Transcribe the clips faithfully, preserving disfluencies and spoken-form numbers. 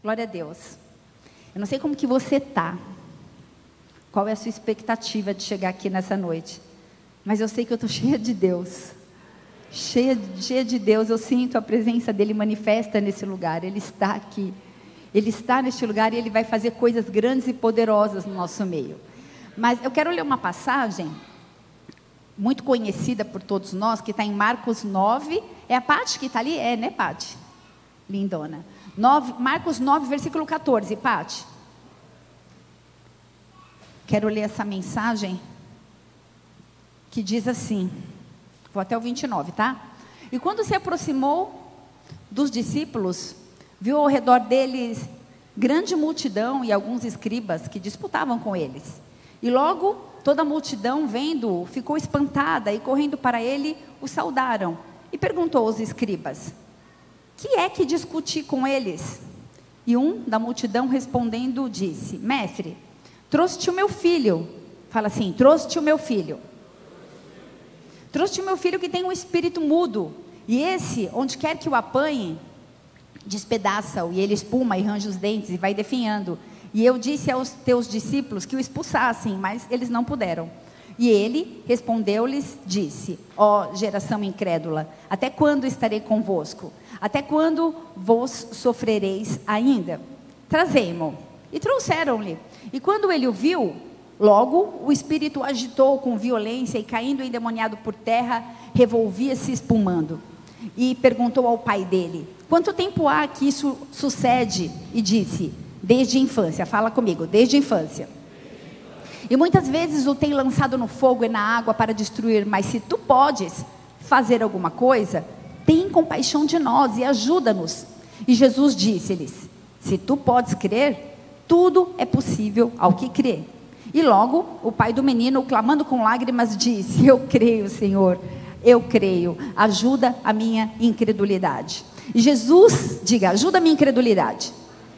Glória a Deus. Eu não sei como que você está. Qual é a sua expectativa de chegar aqui nessa noite? Mas eu sei que eu estou cheia de Deus. Cheia, cheia de Deus. Eu sinto a presença dEle manifesta nesse lugar. Ele está aqui. Ele está neste lugar e Ele vai fazer coisas grandes e poderosas no nosso meio. Mas eu quero ler uma passagem muito conhecida por todos nós, que está em Marcos nove. É a Paty que está ali? É, né, Paty? Lindona. nove, Marcos nove, versículo quatorze. Paty. Quero ler essa mensagem que diz assim. Vou até o vinte e nove, tá? E quando se aproximou dos discípulos, viu ao redor deles grande multidão e alguns escribas que disputavam com eles. E logo toda a multidão, vendo-o, ficou espantada e correndo para ele, o saudaram. E perguntou aos escribas: que é que discuti com eles? E um da multidão respondendo disse: mestre, trouxe-te o meu filho. Fala assim, trouxe-te o meu filho. Trouxe-te o meu filho que tem um espírito mudo. E esse, onde quer que o apanhe, despedaça-o, e ele espuma e range os dentes e vai definhando. E eu disse aos teus discípulos que o expulsassem, mas eles não puderam. E ele respondeu-lhes, disse: ó geração incrédula, até quando estarei convosco? Até quando vos sofrereis ainda? Trazei-mo. E trouxeram-lhe. E quando ele o viu, logo o espírito agitou com violência e, caindo endemoniado por terra, revolvia-se espumando. E perguntou ao pai dele: quanto tempo há que isso sucede? E disse: desde a infância. Fala comigo, desde a infância. E muitas vezes o tem lançado no fogo e na água para destruir. Mas se tu podes fazer alguma coisa, tem compaixão de nós e ajuda-nos. E Jesus disse-lhes: se tu podes crer, tudo é possível ao que crê. E logo o pai do menino, clamando com lágrimas, disse: eu creio, Senhor, eu creio, ajuda a minha incredulidade. E Jesus, diga, ajuda a minha incredulidade.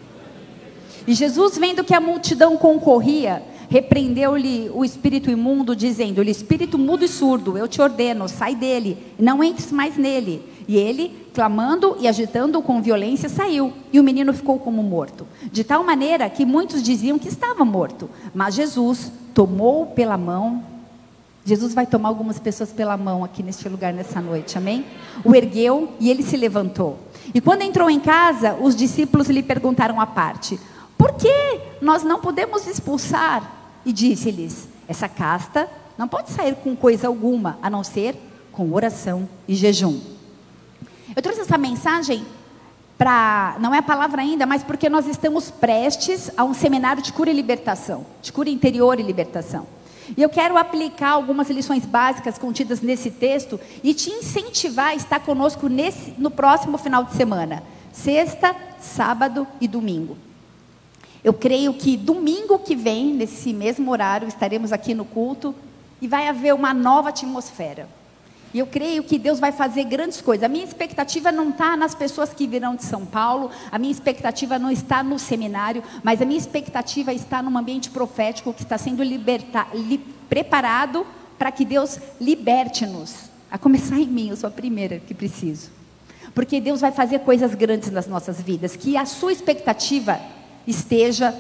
E Jesus, vendo que a multidão concorria, repreendeu-lhe o espírito imundo, dizendo-lhe: espírito mudo e surdo, eu te ordeno, sai dele, não entres mais nele. E ele, clamando e agitando com violência, saiu, e o menino ficou como morto, de tal maneira que muitos diziam que estava morto. Mas Jesus tomou pela mão. Jesus vai tomar algumas pessoas pela mão aqui neste lugar nessa noite, amém? O ergueu e ele se levantou. E quando entrou em casa, os discípulos lhe perguntaram à parte: por que nós não podemos expulsar? E disse-lhes: essa casta não pode sair com coisa alguma, a não ser com oração e jejum. Eu trouxe essa mensagem para, não é a palavra ainda, mas porque nós estamos prestes a um seminário de cura e libertação, de cura interior e libertação. E eu quero aplicar algumas lições básicas contidas nesse texto e te incentivar a estar conosco nesse, no próximo final de semana, sexta, sábado e domingo. Eu creio que domingo que vem, nesse mesmo horário, estaremos aqui no culto e vai haver uma nova atmosfera. E eu creio que Deus vai fazer grandes coisas. A minha expectativa não está nas pessoas que virão de São Paulo, a minha expectativa não está no seminário, mas a minha expectativa está num ambiente profético que está sendo liberta, li, preparado para que Deus liberte-nos. A começar em mim, eu sou a primeira que preciso. Porque Deus vai fazer coisas grandes nas nossas vidas, que a sua expectativa esteja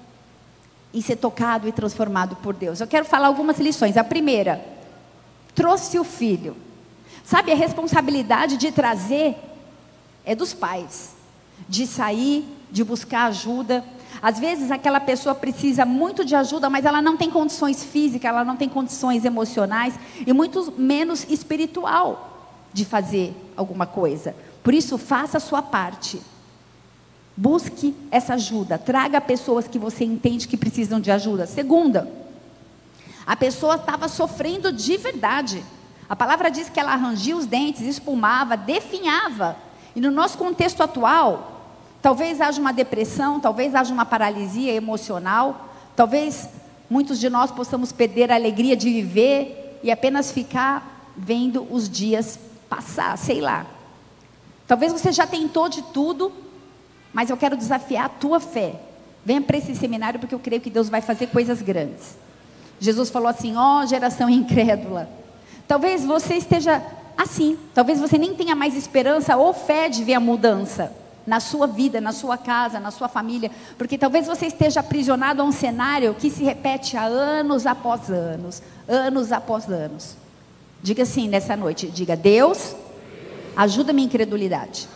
em ser tocado e transformado por Deus. Eu quero falar algumas lições. A primeira: trouxe o filho. Sabe, a responsabilidade de trazer é dos pais, de sair, de buscar ajuda. Às vezes aquela pessoa precisa muito de ajuda, mas ela não tem condições físicas, ela não tem condições emocionais e muito menos espiritual de fazer alguma coisa. Por isso, faça a sua parte. Busque essa ajuda, traga pessoas que você entende que precisam de ajuda. Segunda, a pessoa estava sofrendo de verdade. A palavra diz que ela rangia os dentes, espumava, definhava. E no nosso contexto atual, talvez haja uma depressão, talvez haja uma paralisia emocional, talvez muitos de nós possamos perder a alegria de viver e apenas ficar vendo os dias passar, sei lá. Talvez você já tentou de tudo, mas eu quero desafiar a tua fé. Venha para esse seminário porque eu creio que Deus vai fazer coisas grandes. Jesus falou assim: ó geração incrédula. Talvez você esteja assim, talvez você nem tenha mais esperança ou fé de ver a mudança. na sua vida, na sua casa, na sua família, porque talvez você esteja aprisionado a um cenário que se repete há anos após anos, anos após anos. Diga assim nessa noite, diga: Deus, ajuda a minha incredulidade.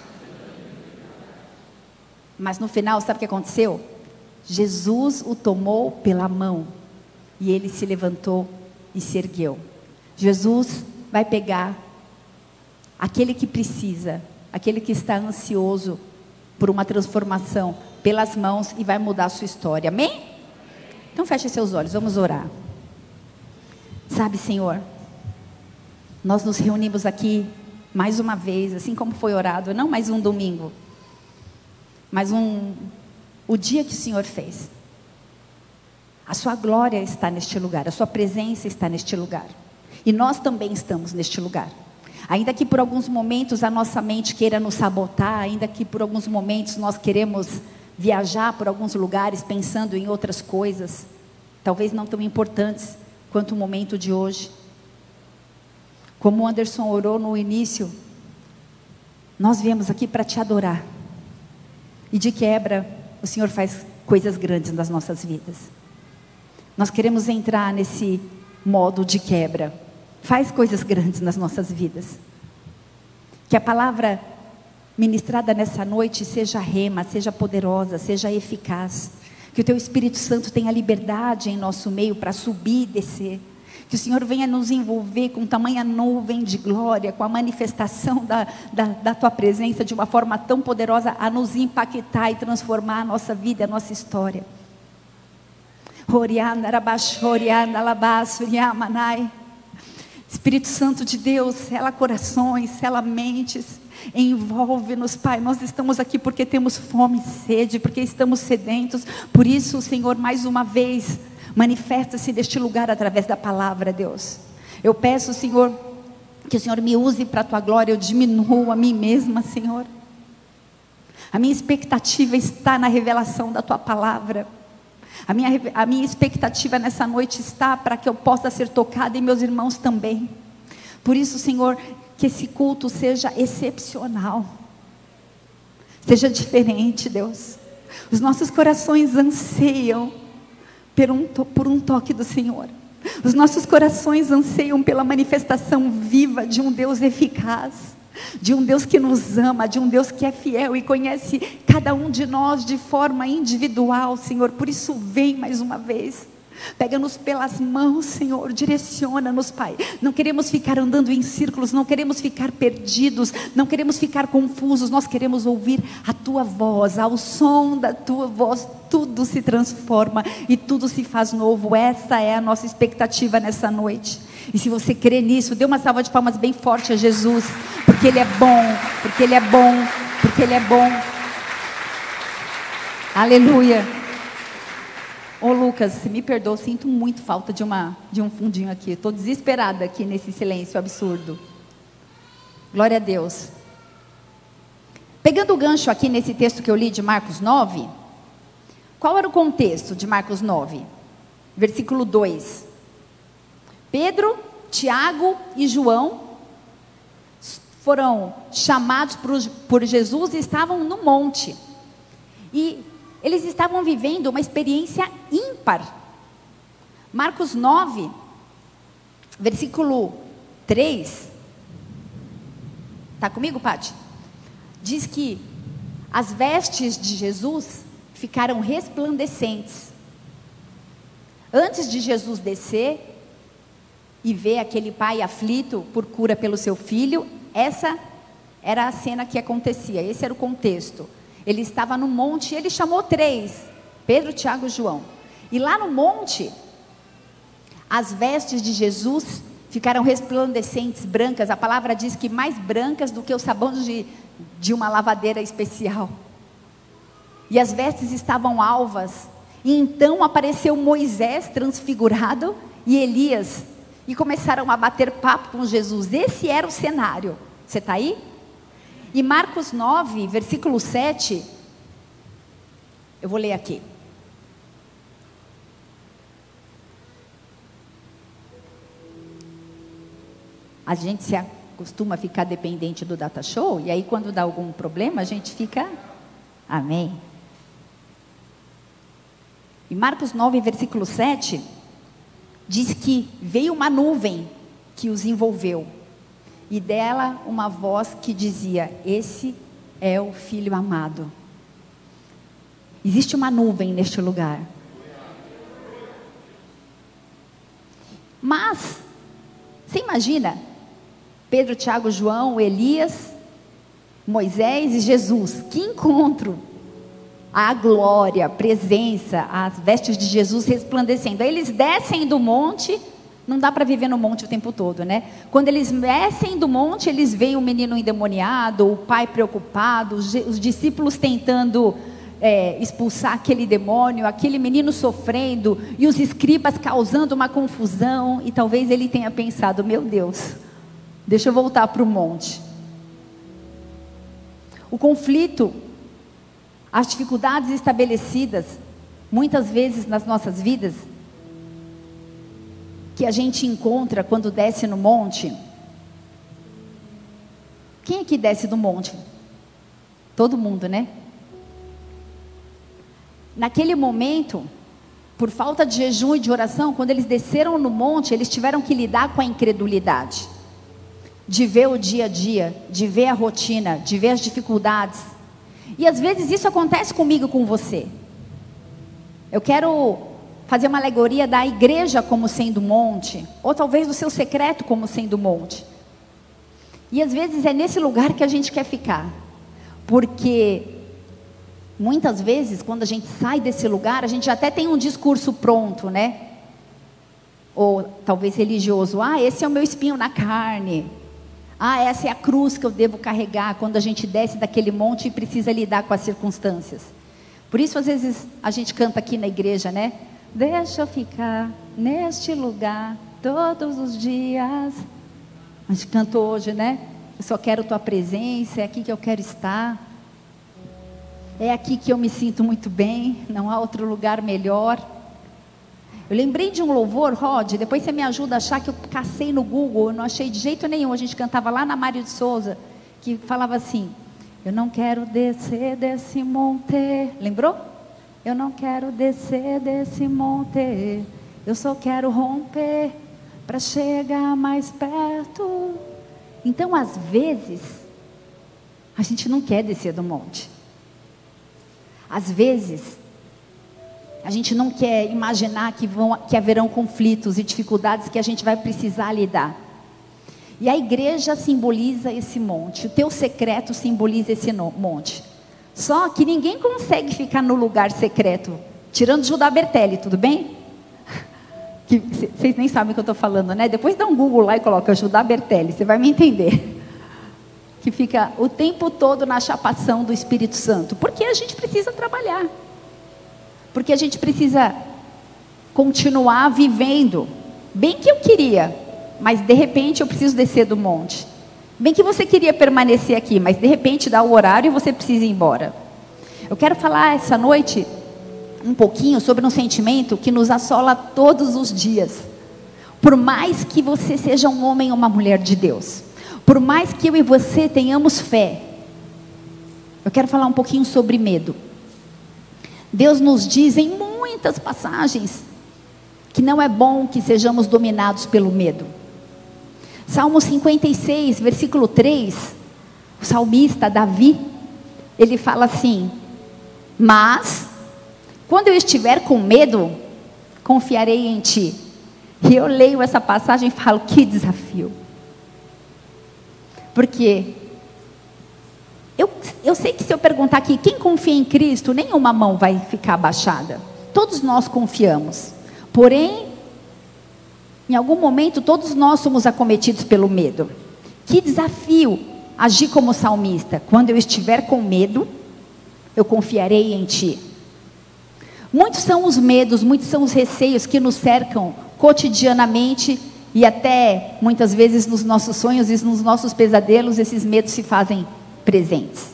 Mas no final, sabe o que aconteceu? Jesus o tomou pela mão e ele se levantou e se ergueu. Jesus vai pegar aquele que precisa, aquele que está ansioso por uma transformação, pelas mãos, e vai mudar a sua história. Amém? Então feche seus olhos, vamos orar. Sabe, Senhor, nós nos reunimos aqui mais uma vez, assim como foi orado, não mais um domingo, mas um, o dia que o Senhor fez. A sua glória está neste lugar, a sua presença está neste lugar, e nós também estamos neste lugar. Ainda que por alguns momentos a nossa mente queira nos sabotar, ainda que por alguns momentos nós queremos viajar por alguns lugares pensando em outras coisas, talvez não tão importantes quanto o momento de hoje. Como o Anderson orou no início, nós viemos aqui para te adorar, e de quebra o Senhor faz coisas grandes nas nossas vidas. Nós queremos entrar nesse modo de quebra. Faz coisas grandes nas nossas vidas. Que a palavra ministrada nessa noite seja rema, seja poderosa, seja eficaz. Que o teu Espírito Santo tenha liberdade em nosso meio para subir e descer. Que o Senhor venha nos envolver com tamanha nuvem de glória, com a manifestação da, da, da tua presença de uma forma tão poderosa a nos impactar e transformar a nossa vida, a nossa história. Espírito Santo de Deus, sela corações, sela mentes, envolve-nos, Pai. Nós estamos aqui porque temos fome e sede, porque estamos sedentos. Por isso, Senhor, mais uma vez, manifesta-se neste lugar através da palavra, Deus. Eu peço, Senhor, que o Senhor me use para a tua glória. Eu diminuo a mim mesma, Senhor. A minha expectativa está na revelação da tua palavra. A minha, a minha expectativa nessa noite está para que eu possa ser tocada e meus irmãos também. Por isso, Senhor, que esse culto seja excepcional, seja diferente, Deus. Os nossos corações anseiam por um, por um toque do Senhor. Os nossos corações anseiam pela manifestação viva de um Deus eficaz, de um Deus que nos ama, de um Deus que é fiel e conhece cada um de nós de forma individual, Senhor. Por isso, vem mais uma vez, pega-nos pelas mãos, Senhor, direciona-nos, Pai. Não queremos ficar andando em círculos, não queremos ficar perdidos, não queremos ficar confusos. Nós queremos ouvir a tua voz. Ao som da tua voz tudo se transforma e tudo se faz novo. Essa é a nossa expectativa nessa noite. E se você crê nisso, dê uma salva de palmas bem forte a Jesus, porque Ele é bom, porque Ele é bom, porque Ele é bom. Aleluia. Ô Lucas, me perdoa, sinto muito falta de, uma, de um fundinho aqui. Estou desesperada aqui nesse silêncio absurdo. Glória a Deus. Pegando o gancho aqui nesse texto que eu li de Marcos nove, qual era o contexto de Marcos nove? Versículo dois. Pedro, Tiago e João foram chamados por, por Jesus e estavam no monte. E eles estavam vivendo uma experiência ímpar. Marcos nove, versículo três. Está comigo, Pati? Diz que as vestes de Jesus ficaram resplandecentes. Antes de Jesus descer e ver aquele pai aflito por cura pelo seu filho, essa era a cena que acontecia, esse era o contexto. Ele estava no monte e ele chamou três, Pedro, Tiago e João. E lá no monte, as vestes de Jesus ficaram resplandecentes, brancas. A palavra diz que mais brancas do que o sabão de, de uma lavadeira especial. E as vestes estavam alvas. E então apareceu Moisés transfigurado e Elias, e começaram a bater papo com Jesus. Esse era o cenário. Você está aí? E Marcos nove, versículo sete, eu vou ler aqui. A gente se acostuma a ficar dependente do data show, e aí quando dá algum problema, a gente fica Amém? Em Marcos nove, versículo sete, diz que veio uma nuvem que os envolveu, e dela uma voz que dizia: esse é o Filho amado. Existe uma nuvem neste lugar. Mas, você imagina, Pedro, Tiago, João, Elias, Moisés e Jesus, que encontro! A glória, a presença, as vestes de Jesus resplandecendo. Aí eles descem do monte, não dá para viver no monte o tempo todo, né? Quando eles descem do monte, eles veem o menino endemoniado, o pai preocupado, os, os discípulos tentando é, expulsar aquele demônio, aquele menino sofrendo, e os escribas causando uma confusão, e talvez ele tenha pensado: meu Deus, deixa eu voltar para o monte. O conflito, as dificuldades estabelecidas, muitas vezes nas nossas vidas, que a gente encontra quando desce no monte. Quem aqui desce do monte? Todo mundo, né? Naquele momento, por falta de jejum e de oração, quando eles desceram no monte, eles tiveram que lidar com a incredulidade, de ver o dia a dia, de ver a rotina, de ver as dificuldades. E às vezes isso acontece comigo, com você. Eu quero fazer uma alegoria da igreja como sendo monte, ou talvez do seu secreto como sendo monte. E às vezes é nesse lugar que a gente quer ficar, porque muitas vezes quando a gente sai desse lugar, a gente até tem um discurso pronto, né? Ou talvez religioso: ah, esse é o meu espinho na carne. Ah, essa é a cruz que eu devo carregar, quando a gente desce daquele monte e precisa lidar com as circunstâncias. Por isso, às vezes, a gente canta aqui na igreja, né? Deixa eu ficar neste lugar todos os dias. A gente cantou hoje, né? Eu só quero tua presença, é aqui que eu quero estar. É aqui que eu me sinto muito bem, não há outro lugar melhor. Eu lembrei de um louvor, Rod, depois você me ajuda a achar, que eu cacei no Google, eu não achei de jeito nenhum. A gente cantava lá na Mário de Souza, que falava assim: eu não quero descer desse monte. Lembrou? Eu não quero descer desse monte, eu só quero romper para chegar mais perto. Então, às vezes, a gente não quer descer do monte. Às vezes, a gente não quer imaginar que, vão, que haverão conflitos e dificuldades que a gente vai precisar lidar. E a igreja simboliza esse monte, o teu secreto simboliza esse monte. Só que ninguém consegue ficar no lugar secreto, tirando Judá Bertelli, tudo bem? Que vocês nem sabem o que eu estou falando, né? Depois dá um Google lá e coloca Judá Bertelli, você vai me entender. Que fica o tempo todo na chapação do Espírito Santo, porque a gente precisa trabalhar. Porque a gente precisa continuar vivendo. Bem que eu queria, mas de repente eu preciso descer do monte. Bem que você queria permanecer aqui, mas de repente dá o horário e você precisa ir embora. Eu quero falar essa noite um pouquinho sobre um sentimento que nos assola todos os dias. Por mais que você seja um homem ou uma mulher de Deus, por mais que eu e você tenhamos fé, eu quero falar um pouquinho sobre medo. Deus nos diz em muitas passagens que não é bom que sejamos dominados pelo medo. Salmo cinquenta e seis, versículo três, o salmista Davi, ele fala assim: mas quando eu estiver com medo, confiarei em ti. E eu leio essa passagem e falo: que desafio. Porque Eu, eu sei que se eu perguntar aqui, quem confia em Cristo, nenhuma mão vai ficar abaixada. Todos nós confiamos. Porém, em algum momento, todos nós somos acometidos pelo medo. Que desafio agir como salmista. Quando eu estiver com medo, eu confiarei em ti. Muitos são os medos, muitos são os receios que nos cercam cotidianamente. E até, muitas vezes, nos nossos sonhos e nos nossos pesadelos, esses medos se fazem presentes.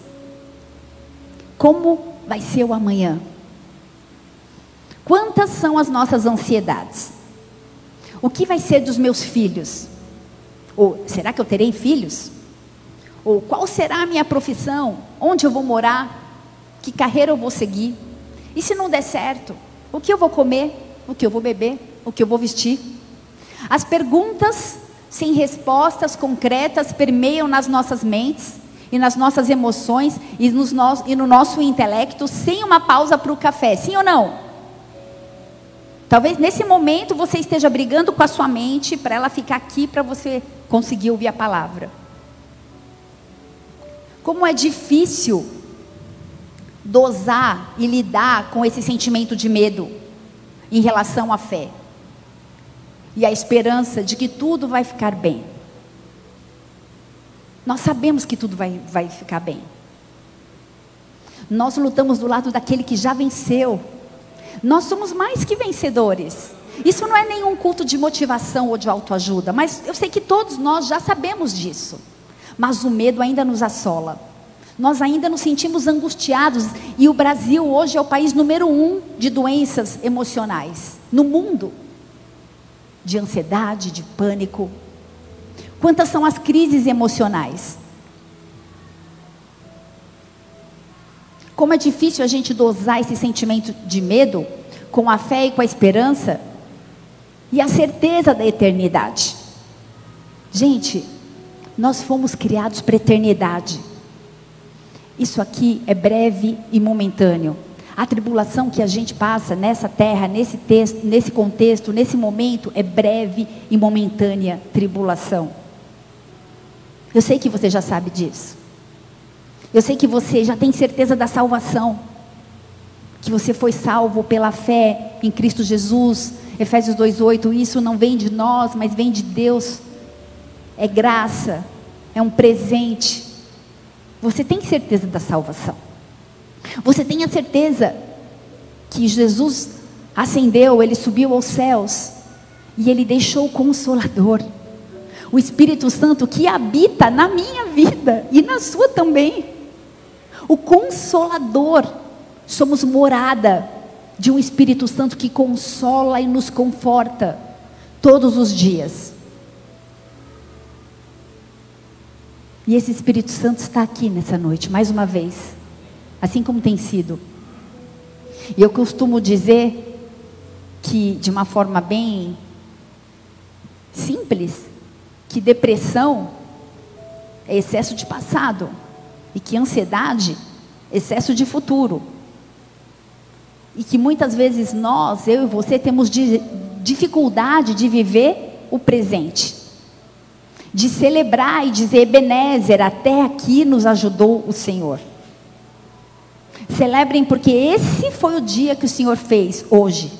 Como vai ser o amanhã? Quantas são as nossas ansiedades? O que vai ser dos meus filhos? Ou será que eu terei filhos? Ou qual será a minha profissão? Onde eu vou morar? O Que carreira eu vou seguir? E se não der certo? O que eu vou comer? O que eu vou beber? O que eu vou vestir? As perguntas sem respostas concretas permeiam nas nossas mentes e nas nossas emoções e, nos no, e no nosso intelecto, sem uma pausa para o café, sim ou não? Talvez nesse momento você esteja brigando com a sua mente para ela ficar aqui para você conseguir ouvir a palavra. Como é difícil dosar e lidar com esse sentimento de medo em relação à fé e a esperança de que tudo vai ficar bem. Nós sabemos que tudo vai, vai ficar bem. Nós lutamos do lado daquele que já venceu. Nós somos mais que vencedores. Isso não é nenhum culto de motivação ou de autoajuda, mas eu sei que todos nós já sabemos disso. Mas o medo ainda nos assola. Nós ainda nos sentimos angustiados. E o Brasil hoje é o país número um de doenças emocionais no mundo. De ansiedade, de pânico. Quantas são as crises emocionais? Como é difícil a gente dosar esse sentimento de medo com a fé e com a esperança e a certeza da eternidade. Gente, nós fomos criados para a eternidade. Isso aqui é breve e momentâneo. A tribulação que a gente passa nessa terra, nesse texto, nesse contexto, nesse momento, é breve e momentânea tribulação. Eu sei que você já sabe disso. Eu sei que você já tem certeza da salvação. Que você foi salvo pela fé em Cristo Jesus. Efésios dois, oito. Isso não vem de nós, mas vem de Deus. É graça. É um presente. Você tem certeza da salvação. Você tem a certeza que Jesus ascendeu, Ele subiu aos céus. E Ele deixou o Consolador. O Espírito Santo que habita na minha vida e na sua também. O Consolador. Somos morada de um Espírito Santo que consola e nos conforta todos os dias. E esse Espírito Santo está aqui nessa noite, mais uma vez. Assim como tem sido. E eu costumo dizer que, de uma forma bem simples, que depressão é excesso de passado. E que ansiedade, excesso de futuro. E que muitas vezes nós, eu e você, temos de, dificuldade de viver o presente. De celebrar e dizer, Ebenezer, até aqui nos ajudou o Senhor. Celebrem porque esse foi o dia que o Senhor fez, hoje.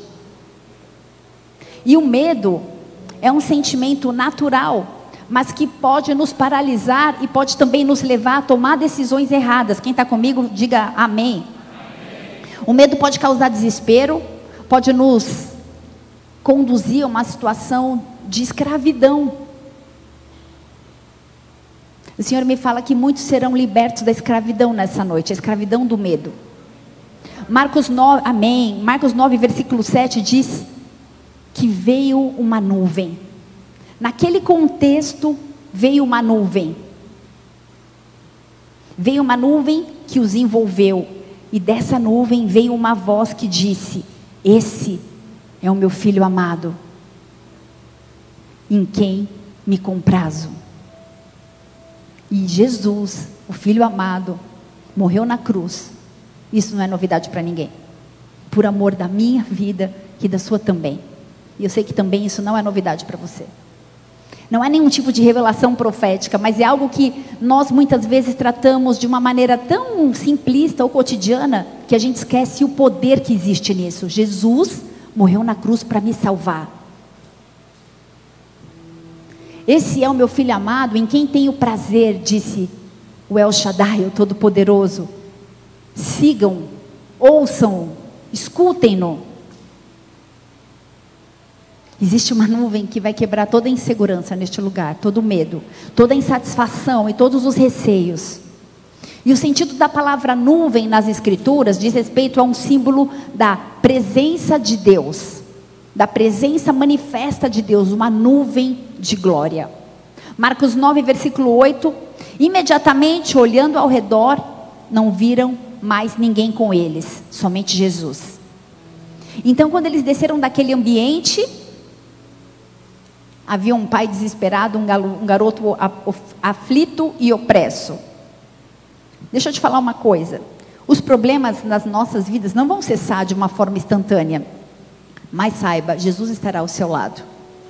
E o medo é um sentimento natural, mas que pode nos paralisar e pode também nos levar a tomar decisões erradas. Quem está comigo, diga amém. Amém. O medo pode causar desespero, pode nos conduzir a uma situação de escravidão. O Senhor me fala que muitos serão libertos da escravidão nessa noite, a escravidão do medo. Marcos nove, amém. Marcos nove, versículo sete diz que veio uma nuvem. Naquele contexto, veio uma nuvem. Veio uma nuvem que os envolveu. E dessa nuvem veio uma voz que disse: esse é o meu filho amado, em quem me comprazo. E Jesus, o filho amado, morreu na cruz. Isso não é novidade para ninguém. Por amor da minha vida e da sua também. E eu sei que também isso não é novidade para você. Não é nenhum tipo de revelação profética, mas é algo que nós muitas vezes tratamos de uma maneira tão simplista ou cotidiana, que a gente esquece o poder que existe nisso. Jesus morreu na cruz para me salvar. Esse é o meu filho amado, em quem tenho prazer, disse o El Shaddai, o Todo-Poderoso. Sigam, ouçam, escutem-no. Existe uma nuvem que vai quebrar toda a insegurança neste lugar, todo o medo, toda a insatisfação e todos os receios. E o sentido da palavra nuvem nas Escrituras diz respeito a um símbolo da presença de Deus, da presença manifesta de Deus, uma nuvem de glória. Marcos nove, versículo oito, imediatamente olhando ao redor, não viram mais ninguém com eles, somente Jesus. Então, quando eles desceram daquele ambiente, havia um pai desesperado, um, galo, um garoto aflito e opresso. Deixa eu te falar uma coisa. Os problemas nas nossas vidas não vão cessar de uma forma instantânea. Mas saiba, Jesus estará ao seu lado.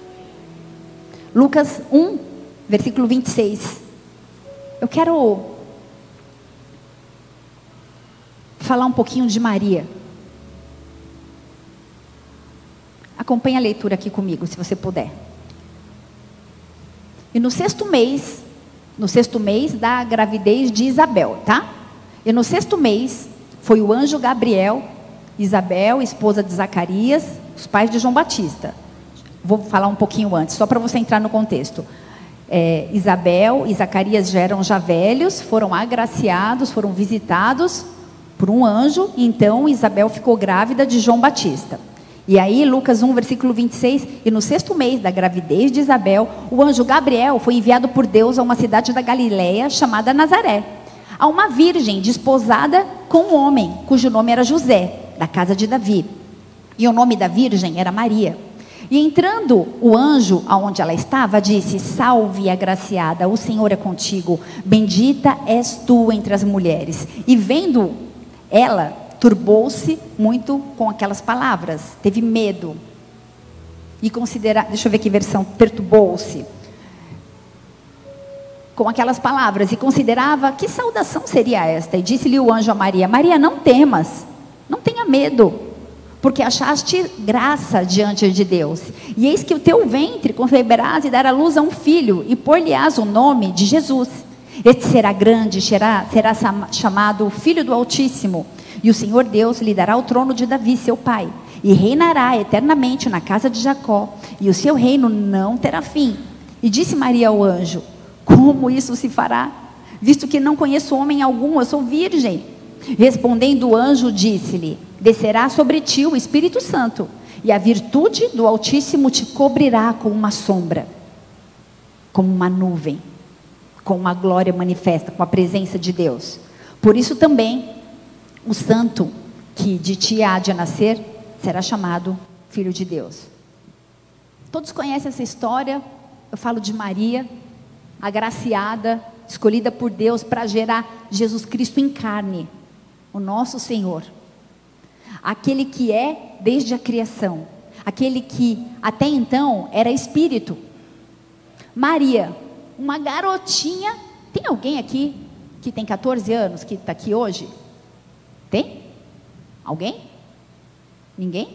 Lucas um, versículo vinte e seis. Eu quero falar um pouquinho de Maria. Acompanhe a leitura aqui comigo, se você puder. E no sexto mês, no sexto mês da gravidez de Isabel, tá? E no sexto mês, foi o anjo Gabriel, Isabel, esposa de Zacarias, os pais de João Batista. Vou falar um pouquinho antes, só para você entrar no contexto. É, Isabel e Zacarias já eram já velhos, foram agraciados, foram visitados por um anjo, e então Isabel ficou grávida de João Batista. E aí, Lucas um, versículo vinte e seis, e no sexto mês da gravidez de Isabel, o anjo Gabriel foi enviado por Deus a uma cidade da Galileia, chamada Nazaré, a uma virgem desposada com um homem, cujo nome era José, da casa de Davi. E o nome da virgem era Maria. E entrando o anjo aonde ela estava, disse: salve, agraciada, o Senhor é contigo, bendita és tu entre as mulheres. E vendo ela, turbou-se muito com aquelas palavras, teve medo. E considera, deixa eu ver que versão, perturbou-se com aquelas palavras, e considerava que saudação seria esta. E disse-lhe o anjo a Maria: Maria, não temas, não tenha medo, porque achaste graça diante de Deus. E eis que o teu ventre conceberás e dará luz a um filho, e pôr-lhe-ás o nome de Jesus. Este será grande, será, será chamado o Filho do Altíssimo. E o Senhor Deus lhe dará o trono de Davi, seu pai, e reinará eternamente na casa de Jacó, e o seu reino não terá fim. E disse Maria ao anjo: como isso se fará, visto que não conheço homem algum, eu sou virgem? Respondendo o anjo, disse-lhe: descerá sobre ti o Espírito Santo, e a virtude do Altíssimo te cobrirá com uma sombra, como uma nuvem, com uma glória manifesta, com a presença de Deus. Por isso também o santo que de ti há de nascer será chamado Filho de Deus. Todos conhecem essa história. Eu falo de Maria, agraciada, escolhida por Deus para gerar Jesus Cristo em carne, o nosso Senhor, aquele que é desde a criação, aquele que até então era espírito. Maria, uma garotinha. Tem alguém aqui que tem quatorze anos, que está aqui hoje? Tem? Alguém? Ninguém?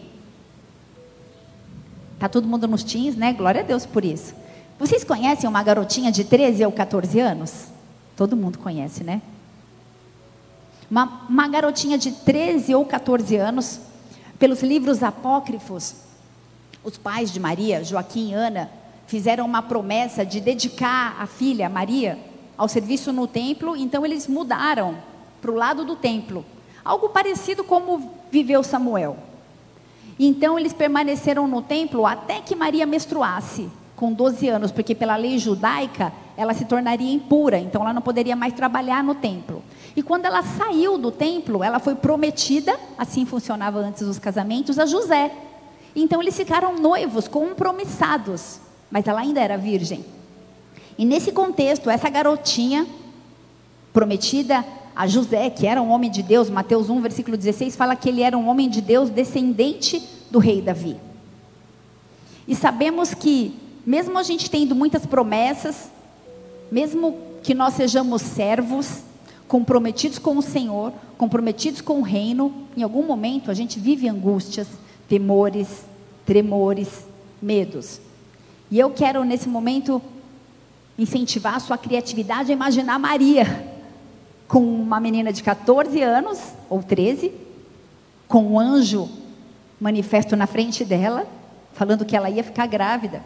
Está todo mundo nos teens, né? Glória a Deus por isso. Vocês conhecem uma garotinha de treze ou quatorze anos? Todo mundo conhece, né? Uma, uma garotinha de treze ou quatorze anos, pelos livros apócrifos, os pais de Maria, Joaquim e Ana, fizeram uma promessa de dedicar a filha, Maria, ao serviço no templo. Então eles mudaram para o lado do templo, algo parecido como viveu Samuel. Então eles permaneceram no templo até que Maria menstruasse, com doze anos, porque pela lei judaica ela se tornaria impura, então ela não poderia mais trabalhar no templo. E quando ela saiu do templo, ela foi prometida, assim funcionava antes os casamentos, a José. Então eles ficaram noivos, compromissados, mas ela ainda era virgem. E nesse contexto, essa garotinha prometida a José, que era um homem de Deus, Mateus um, versículo dezesseis, fala que ele era um homem de Deus, descendente do rei Davi. E sabemos que, mesmo a gente tendo muitas promessas, mesmo que nós sejamos servos, comprometidos com o Senhor, comprometidos com o reino, em algum momento a gente vive angústias, temores, tremores, medos. E eu quero nesse momento incentivar a sua criatividade a imaginar Maria com uma menina de quatorze anos, ou treze, com um anjo manifesto na frente dela, falando que ela ia ficar grávida.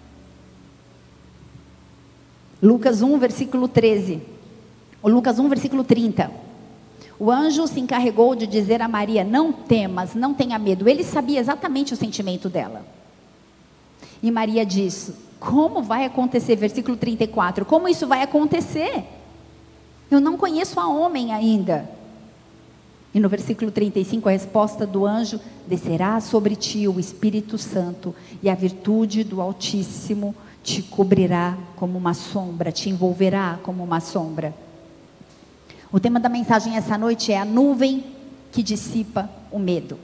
Lucas um, versículo treze. O Lucas um, versículo trinta. O anjo se encarregou de dizer a Maria: não temas, não tenha medo. Ele sabia exatamente o sentimento dela. E Maria disse: como vai acontecer? Versículo trinta e quatro. Como isso vai acontecer? Eu não conheço a homem ainda. E no versículo trinta e cinco, a resposta do anjo: descerá sobre ti o Espírito Santo, e a virtude do Altíssimo te cobrirá como uma sombra, te envolverá como uma sombra. O tema da mensagem essa noite é a nuvem que dissipa o medo.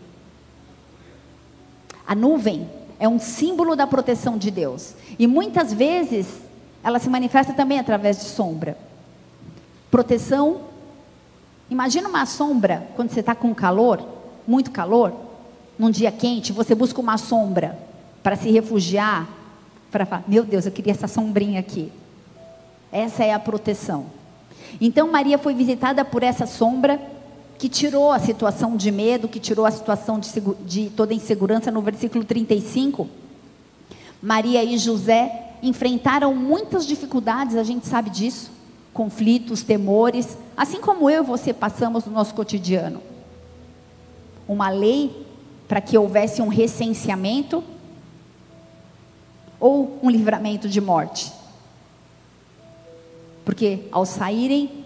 A nuvem é um símbolo da proteção de Deus, e muitas vezes ela se manifesta também através de sombra. Proteção. Imagina uma sombra, quando você está com calor, muito calor, num dia quente, você busca uma sombra para se refugiar, para falar: meu Deus, eu queria essa sombrinha aqui. Essa é a proteção. Então Maria foi visitada por essa sombra, que tirou a situação de medo, que tirou a situação de, de toda insegurança. No versículo trinta e cinco, Maria e José enfrentaram muitas dificuldades, a gente sabe disso. Conflitos, temores, assim como eu e você passamos no nosso cotidiano. Uma lei para que houvesse um recenseamento ou um livramento de morte. Porque ao saírem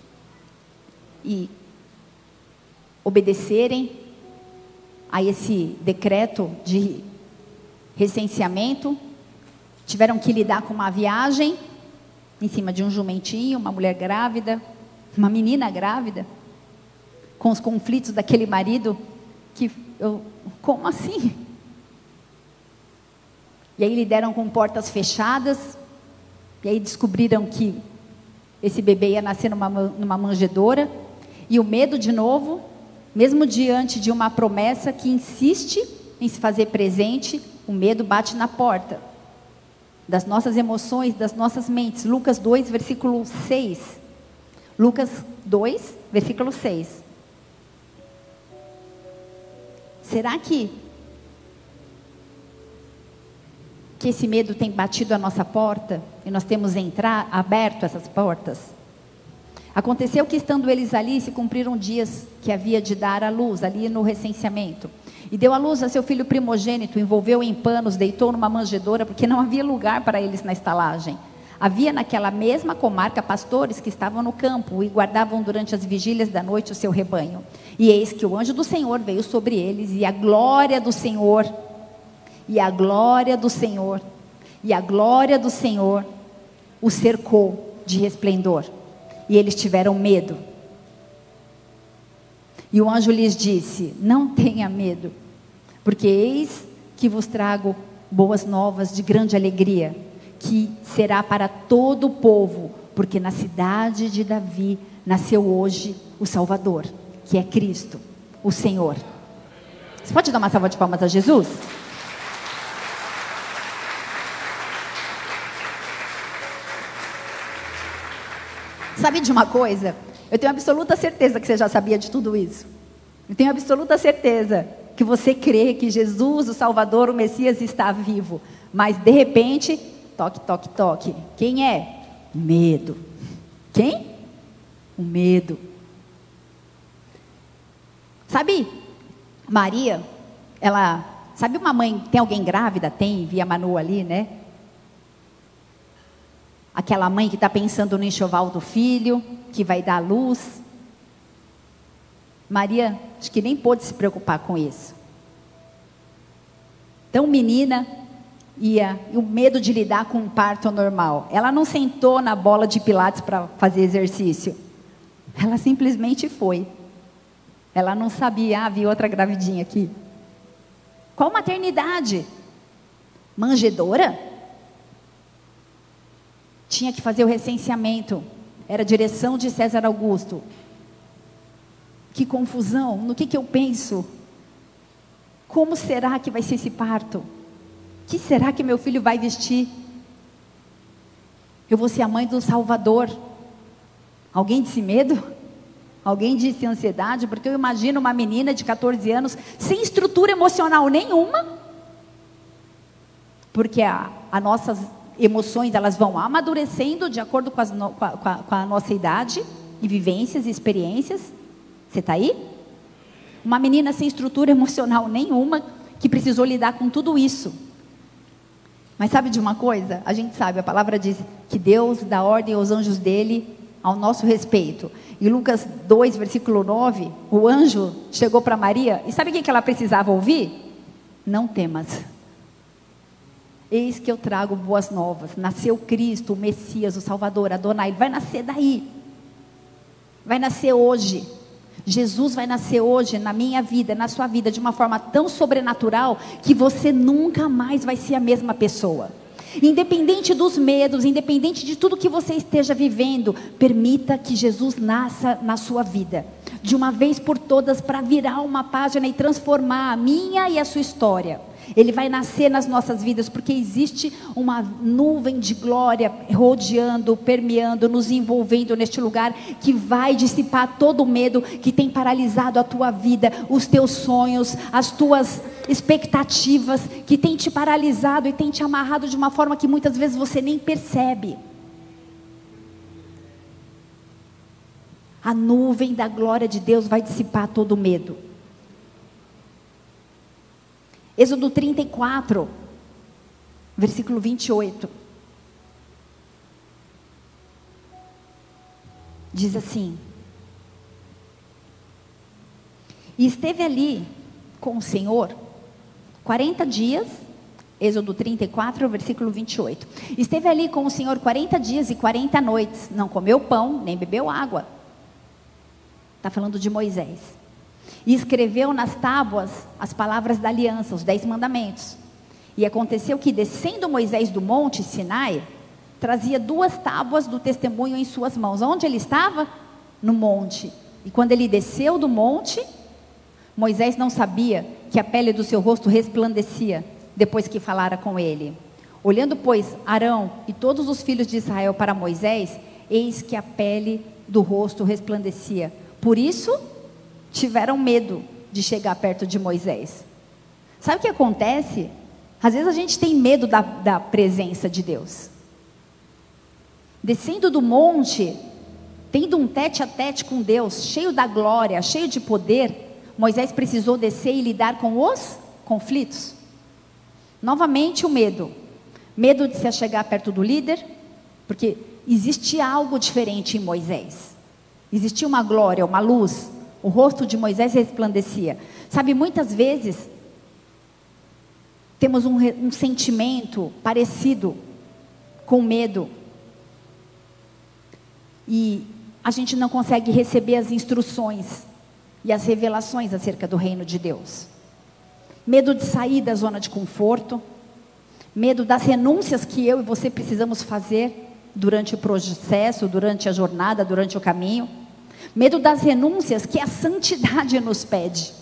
e obedecerem a esse decreto de recenseamento, tiveram que lidar com uma viagem em cima de um jumentinho, uma mulher grávida, uma menina grávida, com os conflitos daquele marido, que eu, como assim? E aí lidaram com portas fechadas, e aí descobriram que esse bebê ia nascer numa, numa manjedoura, e o medo de novo, mesmo diante de uma promessa que insiste em se fazer presente, o medo bate na porta das nossas emoções, das nossas mentes. Lucas dois, versículo seis. Lucas dois, versículo seis. Será que, que esse medo tem batido a nossa porta e nós temos entrar, aberto essas portas? Aconteceu que, estando eles ali, se cumpriram dias que havia de dar à luz, ali no recenseamento. E deu à luz a seu filho primogênito, envolveu em panos, deitou numa manjedoura, porque não havia lugar para eles na estalagem. Havia naquela mesma comarca pastores que estavam no campo e guardavam durante as vigílias da noite o seu rebanho. E eis que o anjo do Senhor veio sobre eles, e a glória do Senhor, e a glória do Senhor, e a glória do Senhor o cercou de resplendor. E eles tiveram medo. E o anjo lhes disse: não tenha medo, porque eis que vos trago boas novas de grande alegria, que será para todo o povo, porque na cidade de Davi nasceu hoje o Salvador, que é Cristo, o Senhor. Você pode dar uma salva de palmas a Jesus? Sabe de uma coisa? Eu tenho absoluta certeza que você já sabia de tudo isso. Eu tenho absoluta certeza que você crê que Jesus, o Salvador, o Messias, está vivo. Mas de repente, toque, toque, toque. Quem é? Medo. Quem? O medo. Sabe, Maria, ela, sabe uma mãe, tem alguém grávida? Tem, via Manu ali, né? Aquela mãe que está pensando no enxoval do filho, que vai dar luz. Maria, acho que nem pôde se preocupar com isso. Tão menina, ia, e o medo de lidar com um parto normal. Ela não sentou na bola de pilates para fazer exercício. Ela simplesmente foi. Ela não sabia, ah, vi outra gravidinha aqui. Qual maternidade? Manjedoura? Tinha que fazer o recenseamento. Era a direção de César Augusto. Que confusão, no que, que eu penso? Como será que vai ser esse parto? O que será que meu filho vai vestir? Eu vou ser a mãe do Salvador. Alguém disse medo? Alguém disse ansiedade? Porque eu imagino uma menina de quatorze anos, sem estrutura emocional nenhuma. Porque a, a nossas emoções, elas vão amadurecendo de acordo com, as no, com, a, com, a, com a nossa idade, e vivências e experiências. Você está aí? Uma menina sem estrutura emocional nenhuma, que precisou lidar com tudo isso. Mas sabe de uma coisa? A gente sabe, a palavra diz que Deus dá ordem aos anjos dele ao nosso respeito. Em Lucas dois, versículo nove, o anjo chegou para Maria, e sabe o que ela precisava ouvir? Não temas. Eis que eu trago boas novas. Nasceu Cristo, o Messias, o Salvador, Adonai. Vai nascer daí. Vai nascer hoje. Jesus vai nascer hoje na minha vida, na sua vida, de uma forma tão sobrenatural, que você nunca mais vai ser a mesma pessoa. Independente dos medos, independente de tudo que você esteja vivendo, permita que Jesus nasça na sua vida, de uma vez por todas, para virar uma página e transformar a minha e a sua história. Ele vai nascer nas nossas vidas, porque existe uma nuvem de glória rodeando, permeando, nos envolvendo neste lugar, que vai dissipar todo o medo que tem paralisado a tua vida, os teus sonhos, as tuas expectativas, que tem te paralisado e tem te amarrado de uma forma que muitas vezes você nem percebe. A nuvem da glória de Deus vai dissipar todo o medo. Êxodo trinta e quatro, versículo vinte e oito. Diz assim: e esteve ali com o Senhor quarenta dias, Êxodo trinta e quatro, versículo vinte e oito. Esteve ali com o Senhor quarenta dias e quarenta noites, não comeu pão, nem bebeu água. Está falando de Moisés. E escreveu nas tábuas as palavras da aliança, os dez mandamentos. E aconteceu que, descendo Moisés do monte Sinai, trazia duas tábuas do testemunho em suas mãos. Onde ele estava? No monte. E quando ele desceu do monte, Moisés não sabia que a pele do seu rosto resplandecia, depois que falara com ele. Olhando, pois, Arão e todos os filhos de Israel para Moisés, eis que a pele do rosto resplandecia. Por isso tiveram medo de chegar perto de Moisés. Sabe o que acontece? Às vezes a gente tem medo da, da presença de Deus. Descendo do monte, tendo um tete a tete com Deus, cheio da glória, cheio de poder, Moisés precisou descer e lidar com os conflitos. Novamente o medo. Medo de se achegar perto do líder, porque existia algo diferente em Moisés. Existia uma glória, uma luz. O rosto de Moisés resplandecia. Sabe, muitas vezes temos um, um sentimento parecido com medo. E a gente não consegue receber as instruções e as revelações acerca do reino de Deus. Medo de sair da zona de conforto. Medo das renúncias que eu e você precisamos fazer durante o processo, durante a jornada, durante o caminho. Medo das renúncias que a santidade nos pede.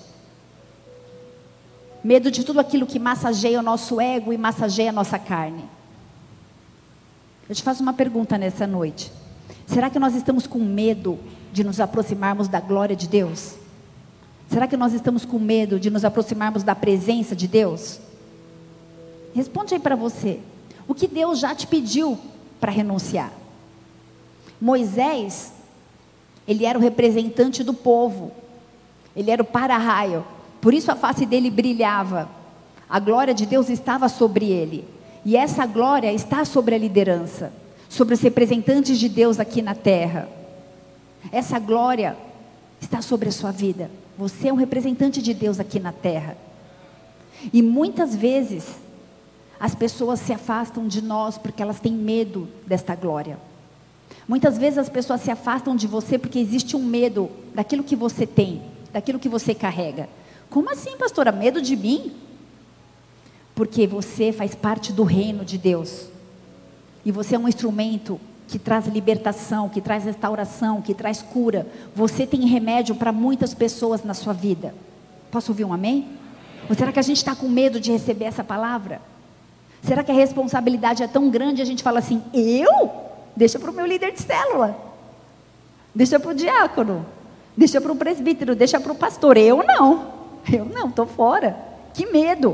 Medo de tudo aquilo que massageia o nosso ego e massageia a nossa carne. Eu te faço uma pergunta nessa noite. Será que nós estamos com medo de nos aproximarmos da glória de Deus? Será que nós estamos com medo de nos aproximarmos da presença de Deus? Responde aí para você. O que Deus já te pediu para renunciar? Moisés, ele era o representante do povo. Ele era o para-raio. Por isso a face dele brilhava. A glória de Deus estava sobre ele. E essa glória está sobre a liderança, sobre os representantes de Deus aqui na terra. Essa glória está sobre a sua vida. Você é um representante de Deus aqui na terra. E muitas vezes as pessoas se afastam de nós porque elas têm medo desta glória. Muitas vezes as pessoas se afastam de você porque existe um medo daquilo que você tem, daquilo que você carrega. Como assim, pastora? Medo de mim? Porque você faz parte do reino de Deus. E você é um instrumento que traz libertação, que traz restauração, que traz cura. Você tem remédio para muitas pessoas na sua vida. Posso ouvir um amém? Ou será que a gente está com medo de receber essa palavra? Será que a responsabilidade é tão grande e a gente fala assim, eu? Deixa para o meu líder de célula. Deixa para o diácono. Deixa para o presbítero. Deixa para o pastor. Eu não. Eu não, estou fora. Que medo.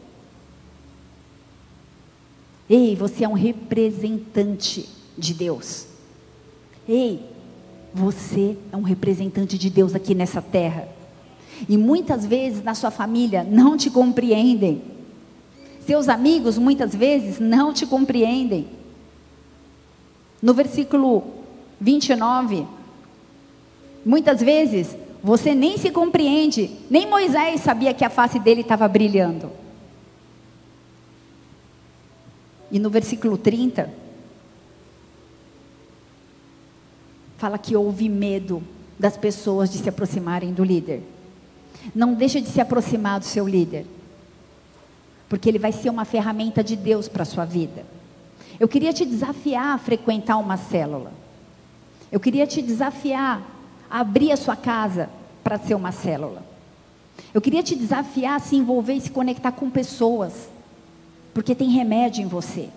Ei, você é um representante de Deus. Ei, você é um representante de Deus aqui nessa terra. E muitas vezes na sua família não te compreendem. Seus amigos muitas vezes não te compreendem. No versículo vinte e nove. Muitas vezes, você nem se compreende, nem Moisés sabia que a face dele estava brilhando. E no versículo trinta, fala que houve medo das pessoas de se aproximarem do líder. Não deixa de se aproximar do seu líder, porque ele vai ser uma ferramenta de Deus para a sua vida. Eu queria te desafiar a frequentar uma célula. Eu queria te desafiar a abrir a sua casa para ser uma célula. Eu queria te desafiar a se envolver e se conectar com pessoas, porque tem remédio em você.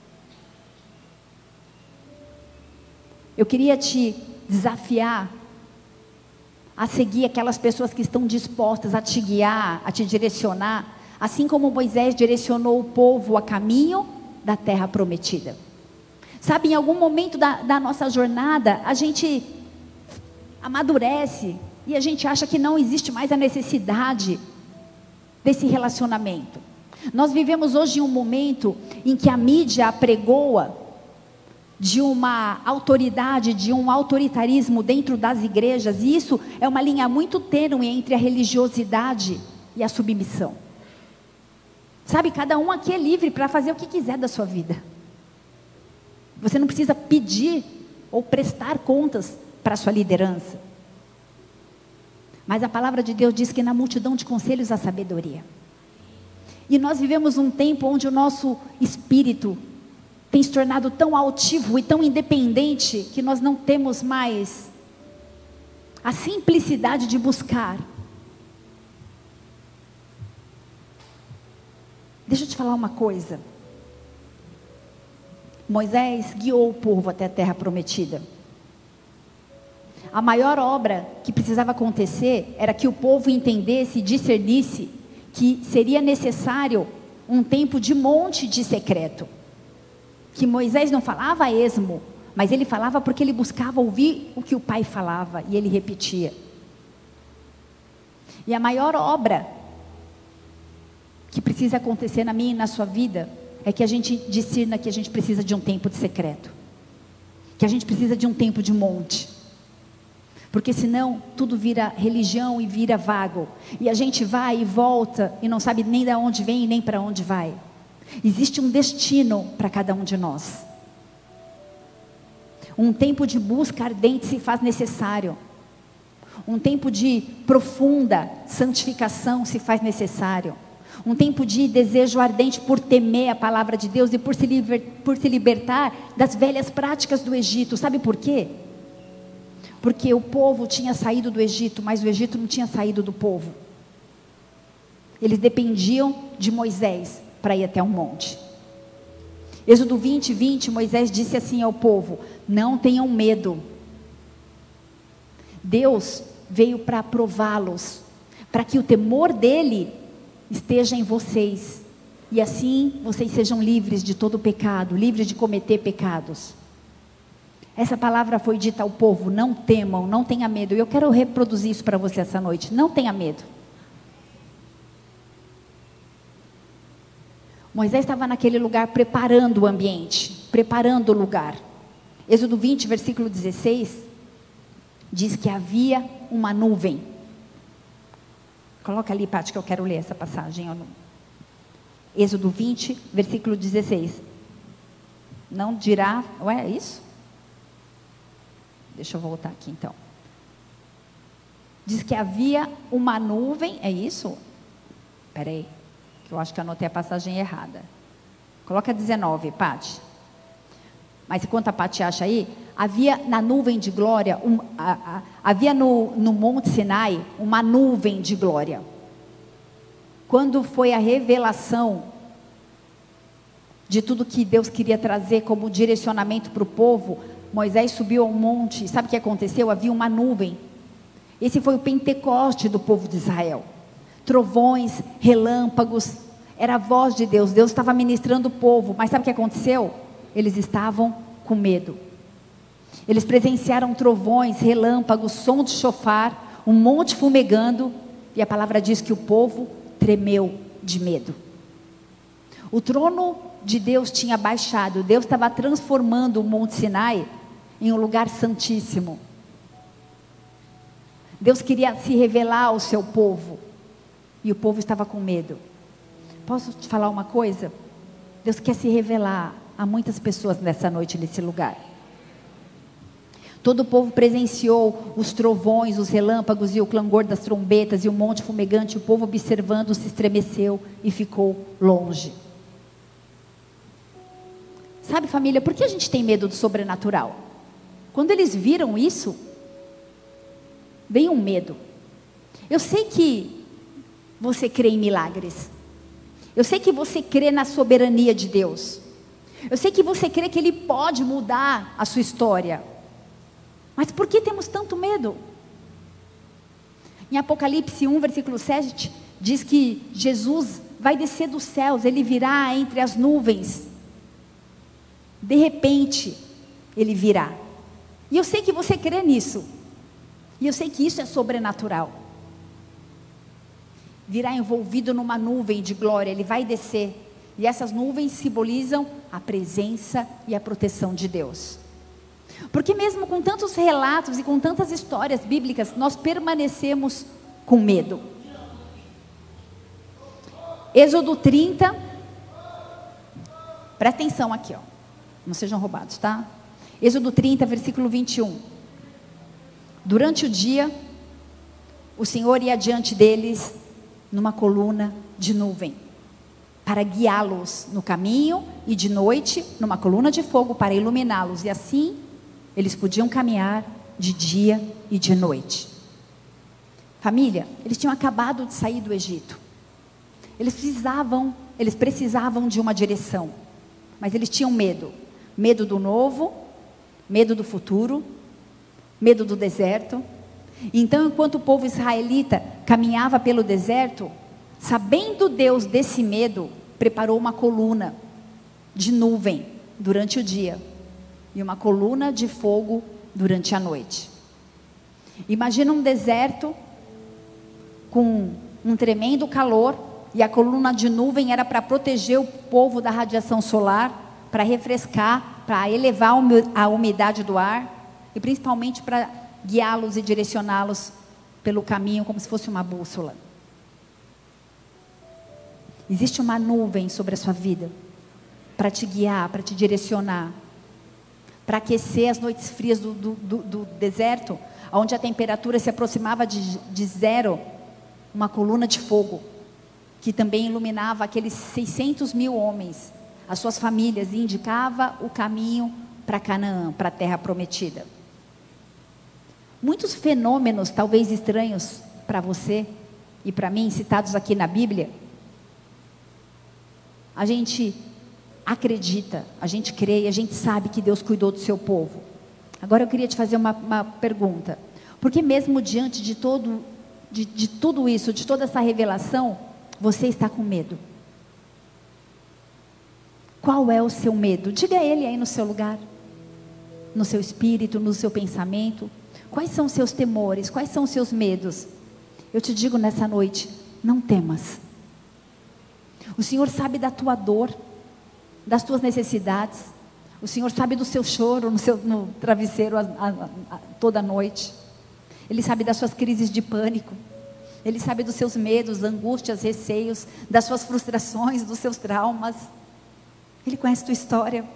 Eu queria te desafiar a seguir aquelas pessoas que estão dispostas a te guiar, a te direcionar, assim como Moisés direcionou o povo a caminho da terra prometida. Sabe, em algum momento da, da nossa jornada, a gente amadurece e a gente acha que não existe mais a necessidade desse relacionamento. Nós vivemos hoje em um momento em que a mídia apregoa de uma autoridade, de um autoritarismo dentro das igrejas, e isso é uma linha muito tênue entre a religiosidade e a submissão. Sabe, cada um aqui é livre para fazer o que quiser da sua vida. Você não precisa pedir ou prestar contas para a sua liderança. Mas a palavra de Deus diz que na multidão de conselhos há sabedoria. E nós vivemos um tempo onde o nosso espírito tem se tornado tão altivo e tão independente que nós não temos mais a simplicidade de buscar. Deixa eu te falar uma coisa. Moisés guiou o povo até a terra prometida. A maior obra que precisava acontecer era que o povo entendesse e discernisse que seria necessário um tempo de monte de secreto. Que Moisés não falava a esmo, mas ele falava porque ele buscava ouvir o que o pai falava e ele repetia. E a maior obra que precisa acontecer na minha e na sua vida é que a gente discerna que a gente precisa de um tempo de secreto, que a gente precisa de um tempo de monte, porque senão tudo vira religião e vira vago, e a gente vai e volta e não sabe nem de onde vem e nem para onde vai. Existe um destino para cada um de nós. Um tempo de busca ardente se faz necessário. Um tempo de profunda santificação se faz necessário. Um tempo de desejo ardente por temer a palavra de Deus e por se, liber, por se libertar das velhas práticas do Egito. Sabe por quê? Porque o povo tinha saído do Egito, mas o Egito não tinha saído do povo. Eles dependiam de Moisés para ir até um monte. Êxodo vinte, vinte, Moisés disse assim ao povo: não tenham medo. Deus veio para prová-los, para que o temor dele esteja em vocês, e assim vocês sejam livres de todo pecado, livres de cometer pecados. Essa palavra foi dita ao povo: não temam, não tenha medo. E eu quero reproduzir isso para você essa noite: não tenha medo. Moisés estava naquele lugar preparando o ambiente, preparando o lugar. Êxodo vinte, versículo dezesseis, diz que havia uma nuvem. Coloca ali, Paty, que eu quero ler essa passagem. Êxodo vinte, versículo dezesseis. Não dirá, ué, é isso? Deixa eu voltar aqui então. Diz que havia uma nuvem, é isso? Espera aí, que eu acho que eu anotei a passagem errada. Coloca dezenove, Paty. Mas enquanto a Paty acha aí, havia na nuvem de glória, um, a, a, havia no, no Monte Sinai uma nuvem de glória. Quando foi a revelação de tudo que Deus queria trazer como direcionamento para o povo, Moisés subiu ao monte. Sabe o que aconteceu? Havia uma nuvem. Esse foi o Pentecoste do povo de Israel. Trovões, relâmpagos, era a voz de Deus. Deus estava ministrando o povo. Mas sabe o que aconteceu? Eles estavam com medo. Eles presenciaram trovões, relâmpagos, som de chofar, um monte fumegando, e a palavra diz que o povo tremeu de medo. O trono de Deus tinha baixado. Deus estava transformando o Monte Sinai em um lugar santíssimo. Deus queria se revelar ao seu povo, e o povo estava com medo. Posso te falar uma coisa? Deus quer se revelar a muitas pessoas nessa noite, nesse lugar. Todo o povo presenciou os trovões, os relâmpagos e o clangor das trombetas e o monte fumegante. O povo, observando, se estremeceu e ficou longe. Sabe, família, por que a gente tem medo do sobrenatural? Quando eles viram isso, veio um medo. Eu sei que você crê em milagres. Eu sei que você crê na soberania de Deus. Eu sei que você crê que Ele pode mudar a sua história. Mas por que temos tanto medo? Em Apocalipse um, versículo sete, diz que Jesus vai descer dos céus, Ele virá entre as nuvens. De repente, Ele virá. E eu sei que você crê nisso. E eu sei que isso é sobrenatural. Virá envolvido numa nuvem de glória, Ele vai descer. E essas nuvens simbolizam a presença e a proteção de Deus. Porque mesmo com tantos relatos e com tantas histórias bíblicas, nós permanecemos com medo. Êxodo trinta, presta atenção aqui, ó, não sejam roubados, tá? Êxodo trinta, versículo vinte e um. Durante o dia, o Senhor ia diante deles numa coluna de nuvem, para guiá-los no caminho, e de noite, numa coluna de fogo para iluminá-los, e assim eles podiam caminhar de dia e de noite. Família, eles tinham acabado de sair do Egito. Eles precisavam, eles precisavam de uma direção, mas eles tinham medo. Medo do novo, medo do futuro, medo do deserto. Então, enquanto o povo israelita caminhava pelo deserto, sabendo Deus desse medo, preparou uma coluna de nuvem durante o dia e uma coluna de fogo durante a noite. Imagina um deserto com um tremendo calor, e a coluna de nuvem era para proteger o povo da radiação solar, para refrescar, para elevar a umidade do ar, e principalmente para guiá-los e direcioná-los pelo caminho, como se fosse uma bússola. Existe uma nuvem sobre a sua vida, para te guiar, para te direcionar, para aquecer as noites frias do, do, do, do deserto, onde a temperatura se aproximava de, de zero. Uma coluna de fogo, que também iluminava aqueles seiscentos mil homens, as suas famílias, e indicava o caminho para Canaã, para a terra prometida. Muitos fenômenos, talvez estranhos para você e para mim, citados aqui na Bíblia, a gente acredita, a gente crê e a gente sabe que Deus cuidou do seu povo. Agora eu queria te fazer uma, uma pergunta. Porque mesmo diante de, todo, de, de tudo isso, de toda essa revelação, você está com medo? Qual é o seu medo? Diga ele aí no seu lugar, no seu espírito, no seu pensamento. Quais são os seus temores? Quais são os seus medos? Eu te digo nessa noite, não temas. O Senhor sabe da tua dor, das tuas necessidades. O Senhor sabe do seu choro no, seu, no travesseiro a, a, a, toda noite. Ele sabe das suas crises de pânico. Ele sabe dos seus medos, angústias, receios, das suas frustrações, dos seus traumas. Ele conhece a tua história.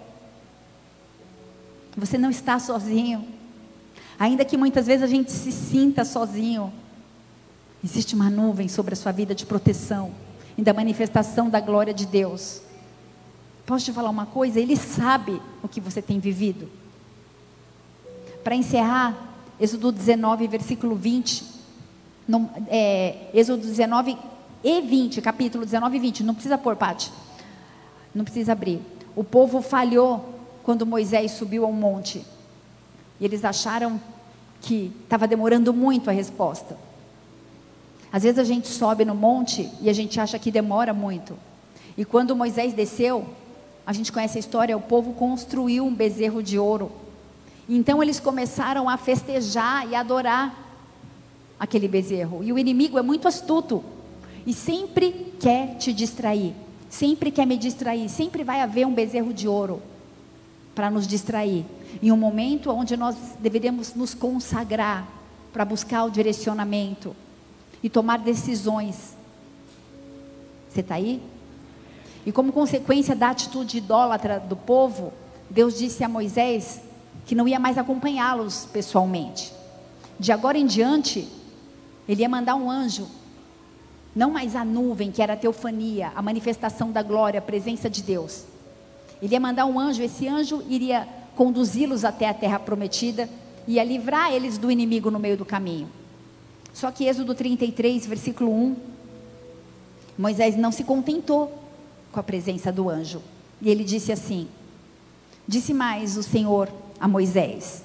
Você não está sozinho. Ainda que muitas vezes a gente se sinta sozinho, existe uma nuvem sobre a sua vida de proteção e da manifestação da glória de Deus. Posso te falar uma coisa? Ele sabe o que você tem vivido. Para encerrar, Êxodo dezenove, versículo vinte, não, é, Êxodo dezenove e vinte, capítulo dezenove e vinte, não precisa pôr, Pati, não precisa abrir. O povo falhou quando Moisés subiu ao monte, e eles acharam que estava demorando muito a resposta. Às vezes a gente sobe no monte e a gente acha que demora muito, e quando Moisés desceu, a gente conhece a história, o povo construiu um bezerro de ouro. Então eles começaram a festejar e adorar aquele bezerro. E o inimigo é muito astuto e sempre quer te distrair, sempre quer me distrair, sempre vai haver um bezerro de ouro. para nos distrair, em um momento onde nós deveríamos nos consagrar para buscar o direcionamento e tomar decisões. Você está aí? E como consequência da atitude idólatra do povo, Deus disse a Moisés que não ia mais acompanhá-los pessoalmente. De agora em diante, Ele ia mandar um anjo, não mais a nuvem, que era a teofania, a manifestação da glória, a presença de Deus. Ele ia mandar um anjo, esse anjo iria conduzi-los até a terra prometida, ia livrar eles do inimigo no meio do caminho. Só que Êxodo trinta e três, versículo um, Moisés não se contentou com a presença do anjo, e ele disse assim: disse mais o Senhor a Moisés: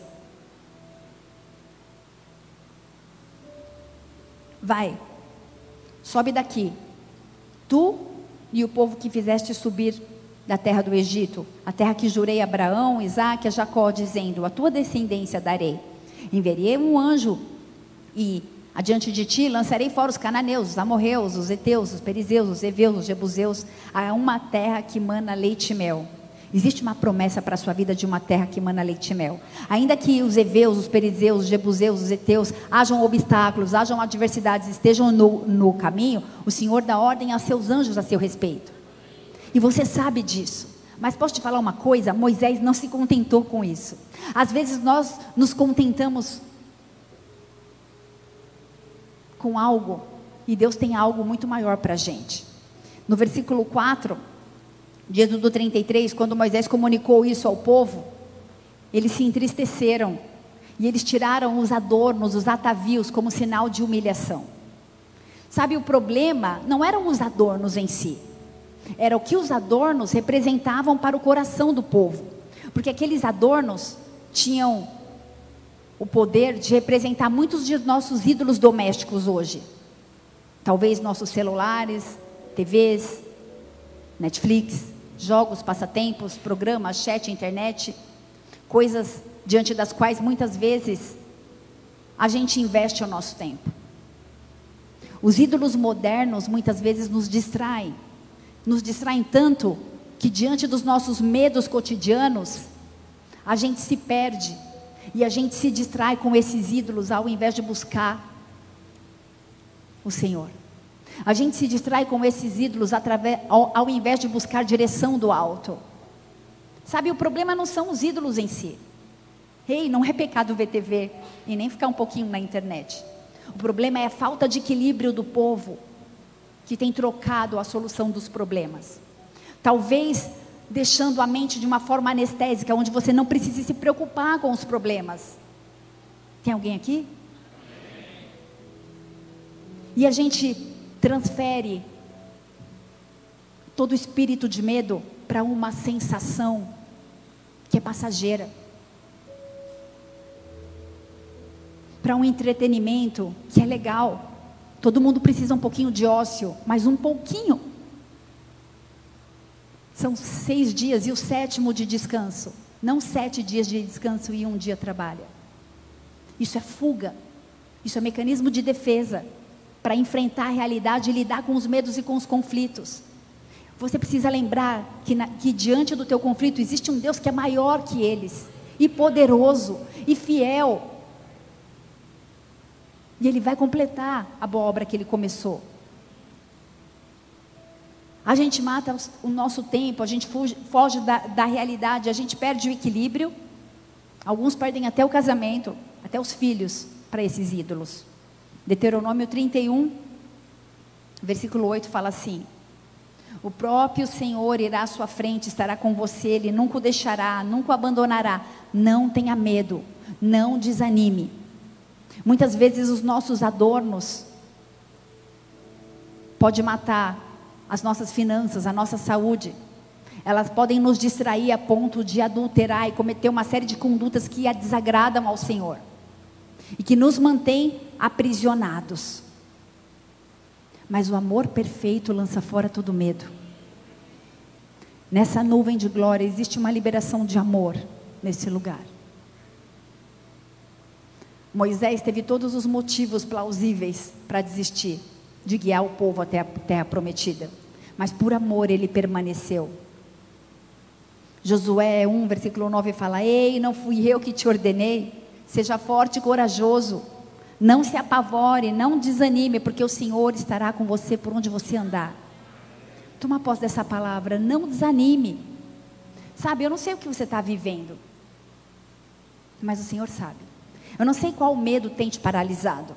vai, sobe daqui, tu e o povo que fizeste subir da terra do Egito, a terra que jurei a Abraão, Isaque e a Jacó, dizendo: a tua descendência darei. Enviarei um anjo e adiante de ti lançarei fora os cananeus, os amorreus, os heteus, os perizeus, os heveus, os jebuseus, a uma terra que mana leite e mel. Existe uma promessa para a sua vida de uma terra que mana leite e mel. Ainda que os heveus, os perizeus, os jebuseus, os heteus, hajam obstáculos, hajam adversidades, estejam no, no caminho, o Senhor dá ordem aos seus anjos a seu respeito. E você sabe disso. Mas posso te falar uma coisa? Moisés não se contentou com isso. Às vezes nós nos contentamos com algo, e Deus tem algo muito maior para a gente. No versículo quatro, de Êxodo trinta e três, quando Moisés comunicou isso ao povo, eles se entristeceram, e eles tiraram os adornos, os atavios, como sinal de humilhação. Sabe, o problema não eram os adornos em si, era o que os adornos representavam para o coração do povo, porque aqueles adornos tinham o poder de representar muitos de nossos ídolos domésticos hoje. Talvez nossos celulares, T Vs, Netflix, jogos, passatempos, programas, chat, internet, coisas diante das quais muitas vezes a gente investe o nosso tempo. Os ídolos modernos muitas vezes nos distraem, nos distraem tanto que diante dos nossos medos cotidianos, a gente se perde e a gente se distrai com esses ídolos ao invés de buscar o Senhor. A gente se distrai com esses ídolos através, ao, ao invés de buscar direção do alto. Sabe, o problema não são os ídolos em si. Ei, não é pecado ver T V e nem ficar um pouquinho na internet. O problema é a falta de equilíbrio do povo, que tem trocado a solução dos problemas. Talvez deixando a mente de uma forma anestésica, onde você não precisa se preocupar com os problemas. Tem alguém aqui? E a gente transfere todo o espírito de medo para uma sensação que é passageira, para um entretenimento que é legal. Todo mundo precisa um pouquinho de ócio, mas um pouquinho. São seis dias e o sétimo de descanso, não sete dias de descanso e um dia trabalha. Isso é fuga, isso é mecanismo de defesa, para enfrentar a realidade e lidar com os medos e com os conflitos. Você precisa lembrar que, na, que diante do teu conflito existe um Deus que é maior que eles, e poderoso, e fiel. E Ele vai completar a boa obra que Ele começou. A gente mata o nosso tempo, a gente foge, foge da, da realidade, a gente perde o equilíbrio. Alguns perdem até o casamento, até os filhos, para esses ídolos. Deuteronômio trinta e um, versículo oito fala assim: o próprio Senhor irá à sua frente, estará com você, Ele nunca o deixará, nunca o abandonará. Não tenha medo, não desanime. Muitas vezes os nossos adornos podem matar as nossas finanças, a nossa saúde. Elas podem nos distrair a ponto de adulterar e cometer uma série de condutas que desagradam ao Senhor e que nos mantém aprisionados. Mas o amor perfeito lança fora todo medo. Nessa nuvem de glória existe uma liberação de amor nesse lugar. Moisés teve todos os motivos plausíveis para desistir de guiar o povo até a terra prometida, mas por amor ele permaneceu. Josué um, versículo nove fala: ei, não fui eu que te ordenei? Seja forte e corajoso, não se apavore, não desanime, porque o Senhor estará com você por onde você andar. Toma posse dessa palavra, não desanime. Sabe, eu não sei o que você está vivendo, mas o Senhor sabe. Eu não sei qual medo tem te paralisado,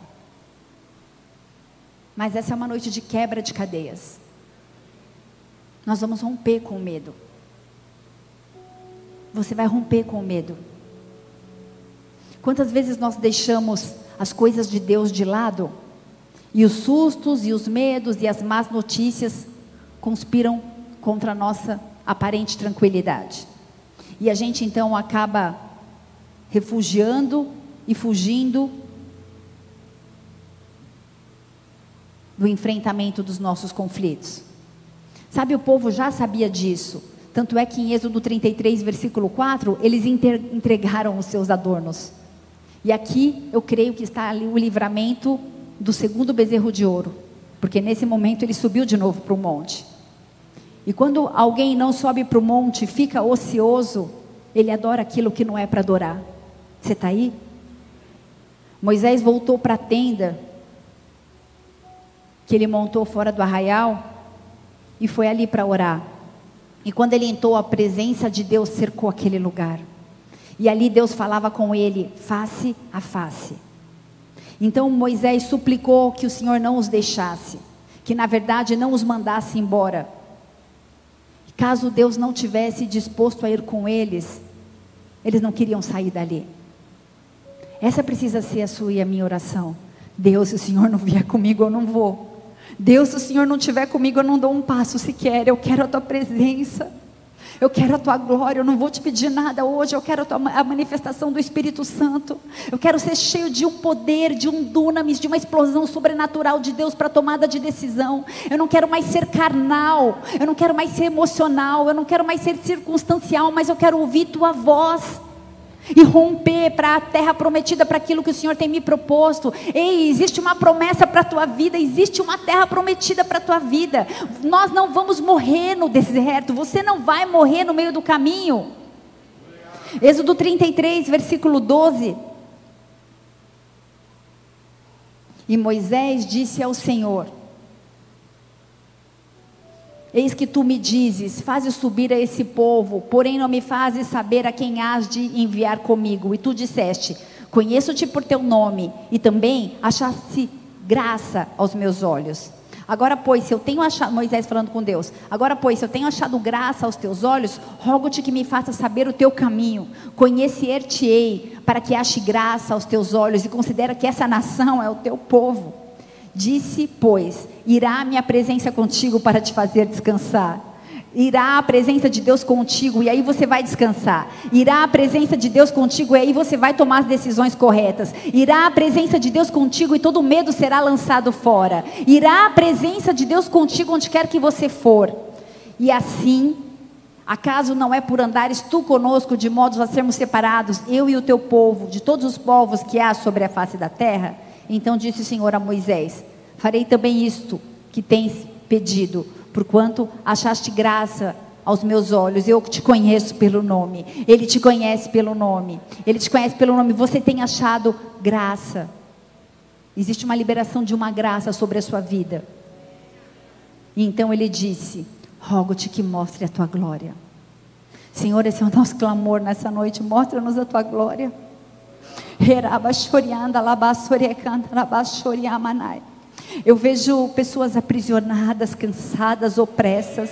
mas essa é uma noite de quebra de cadeias. Nós vamos romper com o medo. Você vai romper com o medo. Quantas vezes nós deixamos as coisas de Deus de lado, e os sustos, e os medos, e as más notícias conspiram contra a nossa aparente tranquilidade. E a gente então acaba refugiando e fugindo do enfrentamento dos nossos conflitos. Sabe, o povo já sabia disso. Tanto é que em Êxodo trinta e três, versículo quatro, eles entregaram os seus adornos. E aqui eu creio que está ali o livramento do segundo bezerro de ouro, porque nesse momento ele subiu de novo para o monte. E quando alguém não sobe para o monte, fica ocioso, ele adora aquilo que não é para adorar. Você está aí? Moisés voltou para a tenda que ele montou fora do arraial e foi ali para orar. E quando ele entrou, a presença de Deus cercou aquele lugar. E ali Deus falava com ele face a face. Então Moisés suplicou que o Senhor não os deixasse, que na verdade não os mandasse embora. Caso Deus não tivesse disposto a ir com eles, eles não queriam sair dali. Essa precisa ser a sua e a minha oração. Deus, se o Senhor não vier comigo, eu não vou. Deus, se o Senhor não estiver comigo, eu não dou um passo sequer. Eu quero a tua presença. Eu quero a tua glória. Eu não vou te pedir nada hoje. Eu quero a, tua, a manifestação do Espírito Santo. Eu quero ser cheio de um poder, de um dunamis, de uma explosão sobrenatural de Deus para tomada de decisão. Eu não quero mais ser carnal. Eu não quero mais ser emocional. Eu não quero mais ser circunstancial. Mas eu quero ouvir tua voz e romper para a terra prometida, para aquilo que o Senhor tem me proposto. Ei, existe uma promessa para a tua vida, existe uma terra prometida para a tua vida. Nós não vamos morrer no deserto, você não vai morrer no meio do caminho. Êxodo trinta e três, versículo doze. E Moisés disse ao Senhor: eis que tu me dizes, fazes subir a esse povo, porém não me fazes saber a quem hás de enviar comigo. E tu disseste: conheço-te por teu nome, e também achaste graça aos meus olhos. Agora pois, se eu tenho achado, Moisés falando com Deus, agora pois, se eu tenho achado graça aos teus olhos, rogo-te que me faças saber o teu caminho, conhecer-te-ei, para que ache graça aos teus olhos, e considera que essa nação é o teu povo. Disse, pois, irá a minha presença contigo para te fazer descansar. Irá a presença de Deus contigo e aí você vai descansar. Irá a presença de Deus contigo e aí você vai tomar as decisões corretas. Irá a presença de Deus contigo e todo medo será lançado fora. Irá a presença de Deus contigo onde quer que você for. E assim, acaso não é por andares tu conosco de modo a sermos separados, eu e o teu povo, de todos os povos que há sobre a face da terra? Então disse o Senhor a Moisés: farei também isto que tens pedido, porquanto achaste graça aos meus olhos. Eu te conheço pelo nome. Ele te conhece pelo nome. Ele te conhece pelo nome. Você tem achado graça. Existe uma liberação de uma graça sobre a sua vida. E então ele disse: rogo-te que mostre a tua glória. Senhor, esse é o nosso clamor nessa noite. Mostra-nos a tua glória. Eu vejo pessoas aprisionadas, cansadas, opressas.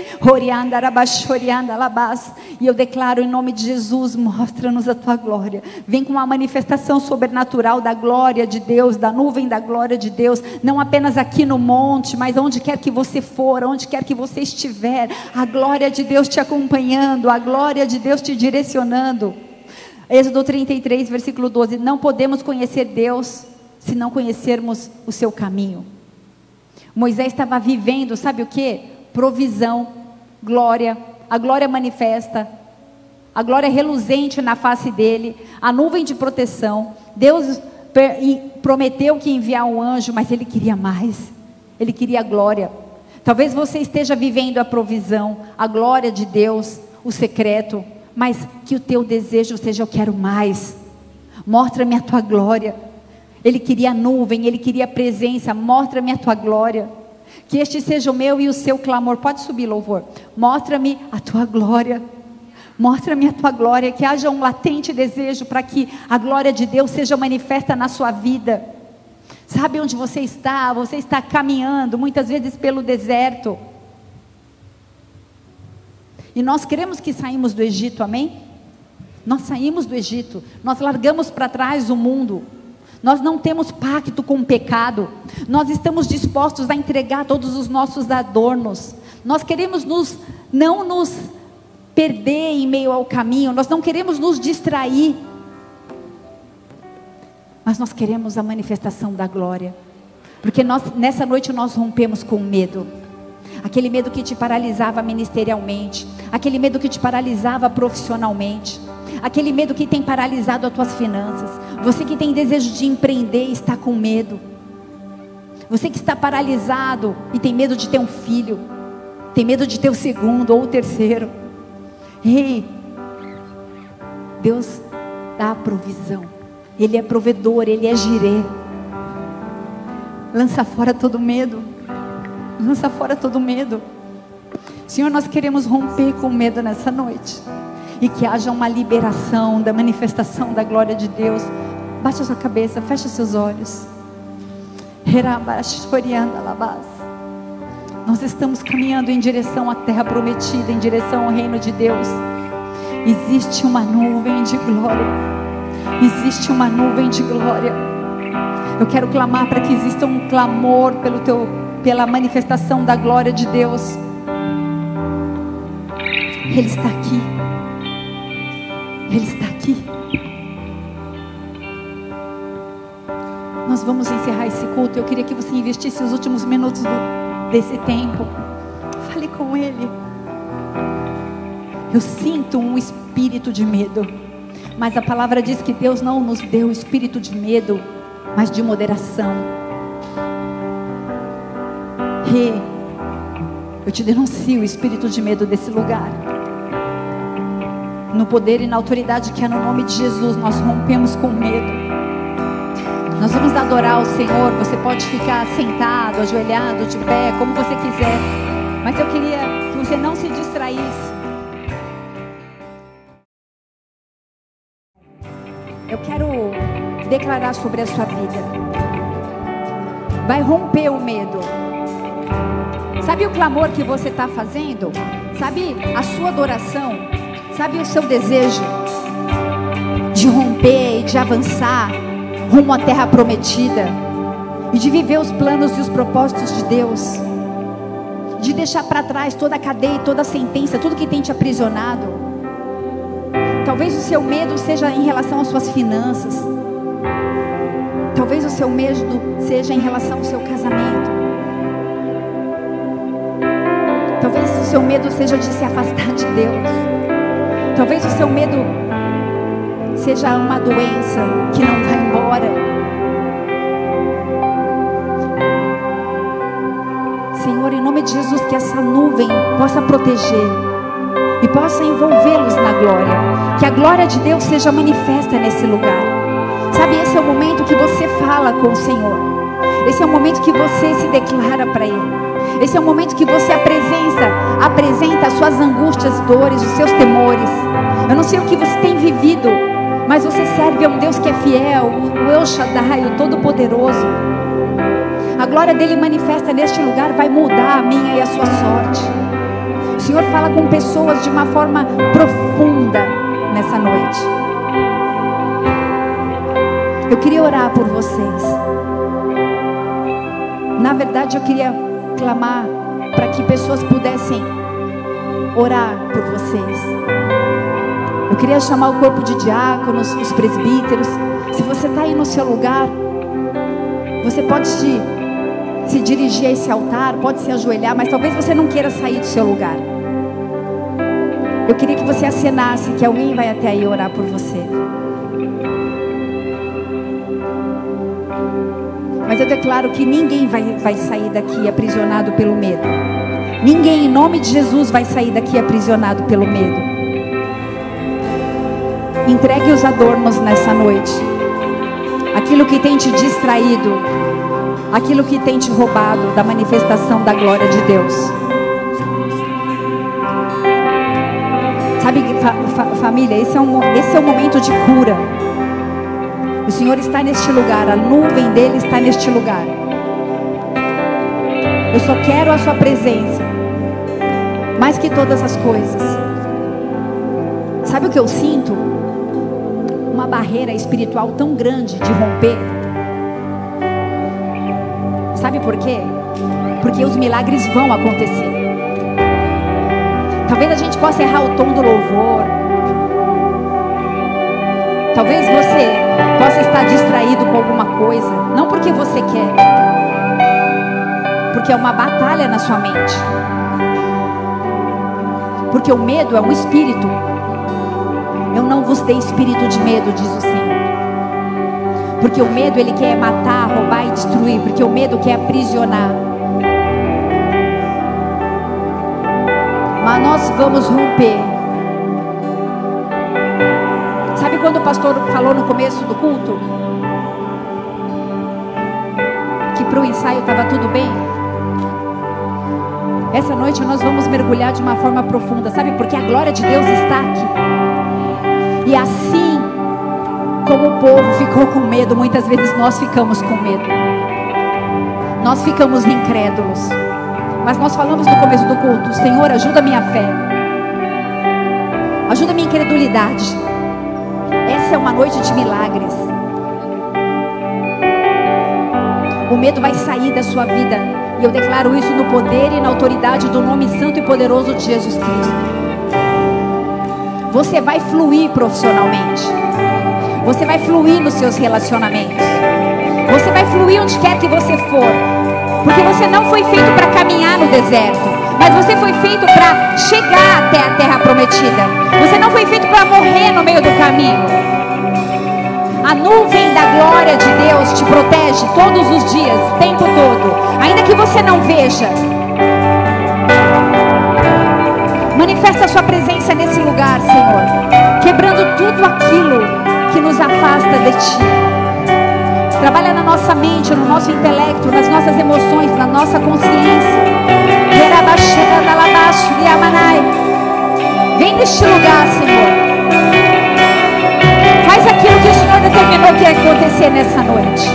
E eu declaro em nome de Jesus: mostra-nos a tua glória. Vem com uma manifestação sobrenatural da glória de Deus, da nuvem da glória de Deus, não apenas aqui no monte, mas onde quer que você for, onde quer que você estiver, a glória de Deus te acompanhando, a glória de Deus te direcionando. Êxodo trinta e três, versículo doze. Não podemos conhecer Deus se não conhecermos o seu caminho. Moisés estava vivendo, sabe o que? Provisão, glória, a glória manifesta, a glória reluzente na face dele, a nuvem de proteção. Deus prometeu que ia enviar um anjo, mas ele queria mais, ele queria a glória. Talvez você esteja vivendo a provisão, a glória de Deus, o secreto, mas que o teu desejo seja: eu quero mais, mostra-me a tua glória. Ele queria a nuvem, ele queria a presença. Mostra-me a tua glória, que este seja o meu e o seu clamor. Pode subir, louvor. Mostra-me a tua glória, mostra-me a tua glória, que haja um latente desejo para que a glória de Deus seja manifesta na sua vida. Sabe onde você está? Você está caminhando muitas vezes pelo deserto, e nós queremos que saímos do Egito, amém? Nós saímos do Egito, nós largamos para trás o mundo, nós não temos pacto com o pecado, nós estamos dispostos a entregar todos os nossos adornos, nós queremos nos, não nos perder em meio ao caminho, nós não queremos nos distrair, mas nós queremos a manifestação da glória, porque nós, nessa noite nós rompemos com o medo, aquele medo que te paralisava ministerialmente, aquele medo que te paralisava profissionalmente, aquele medo que tem paralisado as tuas finanças. Você que tem desejo de empreender e está com medo, você que está paralisado e tem medo de ter um filho, tem medo de ter o segundo ou o terceiro. Ei, Deus dá a provisão, Ele é provedor, Ele é Jirê. Lança fora todo medo, lança fora todo medo. Senhor, nós queremos romper com o medo nessa noite, e que haja uma liberação da manifestação da glória de Deus. Baixa a sua cabeça, fecha seus olhos. Nós estamos caminhando em direção à terra prometida, em direção ao reino de Deus. Existe uma nuvem de glória, existe uma nuvem de glória. Eu quero clamar para que exista um clamor pelo teu, pela manifestação da glória de Deus. Ele está aqui, Ele está aqui. Nós vamos encerrar esse culto. Eu queria que você investisse os últimos minutos do, desse tempo. Fale com Ele. Eu sinto um espírito de medo, mas a palavra diz que Deus não nos deu espírito de medo, mas de moderação. E eu te denuncio o espírito de medo desse lugar. No poder e na autoridade que é no nome de Jesus, nós rompemos com medo. Nós vamos adorar o Senhor. Você pode ficar sentado, ajoelhado, de pé, como você quiser, mas eu queria que você não se distraísse. Eu quero declarar sobre a sua vida. Vai romper o medo. Sabe o clamor que você está fazendo? Sabe a sua adoração? Sabe o seu desejo de romper e de avançar rumo à terra prometida, e de viver os planos e os propósitos de Deus, de deixar para trás toda a cadeia, toda a sentença, tudo que tem te aprisionado? Talvez o seu medo seja em relação às suas finanças, talvez o seu medo seja em relação ao seu casamento, talvez o seu medo seja de se afastar de Deus, talvez o seu medo seja uma doença que não vai embora. Senhor, em nome de Jesus, que essa nuvem possa proteger e possa envolvê-los na glória, que a glória de Deus seja manifesta nesse lugar. Sabe, esse é o momento que você fala com o Senhor, esse é o momento que você se declara para Ele, esse é o momento que você apresenta, apresenta as suas angústias, dores, os seus temores. Eu não sei o que você tem vivido, mas você serve a um Deus que é fiel, o El Shaddai, o Todo-Poderoso. A glória dele manifesta neste lugar, vai mudar a minha e a sua sorte. O Senhor fala com pessoas de uma forma profunda nessa noite. Eu queria orar por vocês. Na verdade, eu queria clamar para que pessoas pudessem orar por vocês. Eu queria chamar o corpo de diáconos, os presbíteros. Se você está aí no seu lugar, você pode se, se dirigir a esse altar, pode se ajoelhar, mas talvez você não queira sair do seu lugar. Eu queria que você acenasse, que alguém vai até aí orar por você. Mas eu declaro que ninguém vai, vai sair daqui aprisionado pelo medo. Ninguém, em nome de Jesus, vai sair daqui aprisionado pelo medo. Entregue os adornos nessa noite. Aquilo que tem te distraído, aquilo que tem te roubado da manifestação da glória de Deus. Sabe, fa fa família, esse é, um, esse é um momento de cura. O Senhor está neste lugar, a nuvem dele está neste lugar. Eu só quero a sua presença, mais que todas as coisas. Sabe o que eu sinto? Uma barreira espiritual tão grande de romper. Sabe por quê? Porque os milagres vão acontecer. Talvez a gente possa errar o tom do louvor. Talvez você possa estar distraído com alguma coisa. Não porque você quer, porque é uma batalha na sua mente. Porque o medo é um espírito. Eu não vos dei espírito de medo, diz o Senhor. Porque o medo, ele quer matar, roubar e destruir. Porque o medo quer aprisionar. Mas nós vamos romper. Sabe quando o pastor falou no começo do culto que para o ensaio estava tudo bem? Essa noite nós vamos mergulhar de uma forma profunda. Sabe, porque a glória de Deus está aqui. E assim como o povo ficou com medo, muitas vezes nós ficamos com medo. Nós ficamos incrédulos. Mas nós falamos no começo do culto: Senhor, ajuda a minha fé, ajuda a minha incredulidade. Essa é uma noite de milagres. O medo vai sair da sua vida. E eu declaro isso no poder e na autoridade do nome santo e poderoso de Jesus Cristo. Você vai fluir profissionalmente. Você vai fluir nos seus relacionamentos. Você vai fluir onde quer que você for. Porque você não foi feito para caminhar no deserto, mas você foi feito para chegar até a terra prometida. Você não foi feito para morrer no meio do caminho. A nuvem da glória de Deus te protege todos os dias, o tempo todo. Ainda que você não veja. Manifesta a sua presença nesse lugar, Senhor, quebrando tudo aquilo que nos afasta de Ti. Trabalha na nossa mente, no nosso intelecto, nas nossas emoções, na nossa consciência. Vem neste lugar, Senhor. Faz aquilo que o Senhor determinou que ia acontecer nessa noite.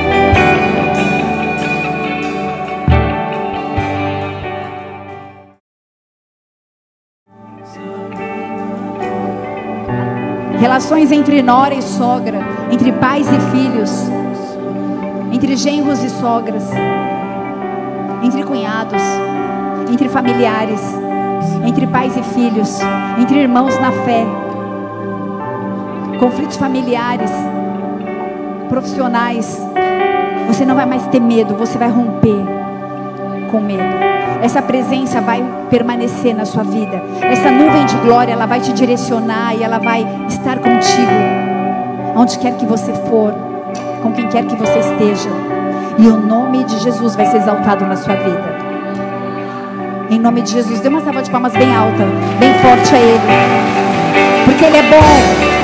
Relações entre nora e sogra, entre pais e filhos, entre genros e sogras, entre cunhados, entre familiares, entre pais e filhos, entre irmãos na fé, conflitos familiares, profissionais. Você não vai mais ter medo, você vai romper com medo. Essa presença vai permanecer na sua vida. Essa nuvem de glória, ela vai te direcionar e ela vai estar contigo, onde quer que você for, com quem quer que você esteja. E o nome de Jesus vai ser exaltado na sua vida. Em nome de Jesus, dê uma salva de palmas bem alta, bem forte a Ele, porque Ele é bom.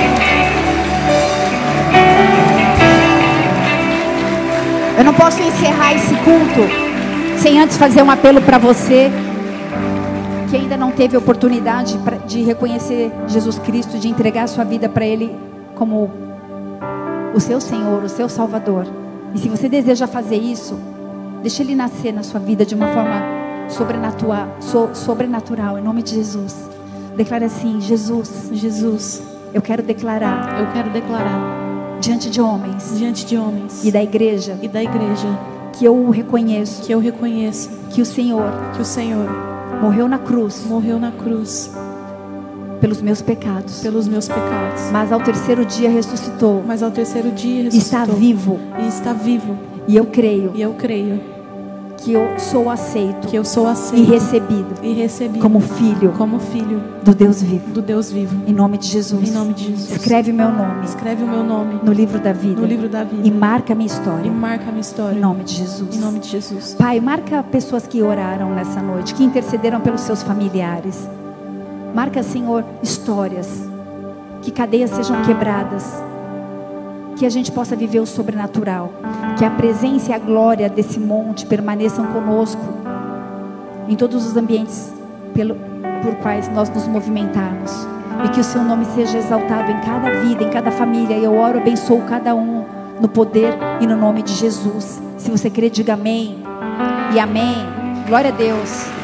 Eu não posso encerrar esse culto sem antes fazer um apelo para você que ainda não teve oportunidade de reconhecer Jesus Cristo, de entregar a sua vida para Ele como o seu Senhor, o seu Salvador. E se você deseja fazer isso, deixe Ele nascer na sua vida de uma forma sobrenatural, so, sobrenatural, em nome de Jesus. Declara assim: Jesus, Jesus, eu quero declarar, eu quero declarar diante de homens, diante de homens e da igreja, e da igreja, que eu reconheço, que eu reconheço que o Senhor, que o Senhor morreu na cruz, morreu na cruz pelos meus pecados, pelos meus pecados, mas ao terceiro dia ressuscitou, mas ao terceiro dia ressuscitou, está vivo, e está vivo, e eu creio, e eu creio que eu sou aceito, que eu sou aceito e recebido, e recebido como filho, como filho do Deus vivo, do Deus vivo. Em nome de Jesus. Em nome de Jesus. Escreve meu nome, escreve o meu nome no livro da vida, no livro da vida, e marca a minha história, e marca a minha história. Em nome de Jesus. Em nome de Jesus. Pai, marca pessoas que oraram nessa noite, que intercederam pelos seus familiares. Marca, Senhor, histórias que cadeias sejam quebradas, que a gente possa viver o sobrenatural, que a presença e a glória desse monte permaneçam conosco em todos os ambientes pelo, por quais nós nos movimentarmos, e que o seu nome seja exaltado em cada vida, em cada família. E eu oro, abençoo cada um no poder e no nome de Jesus. Se você crê, diga amém e amém. Glória a Deus.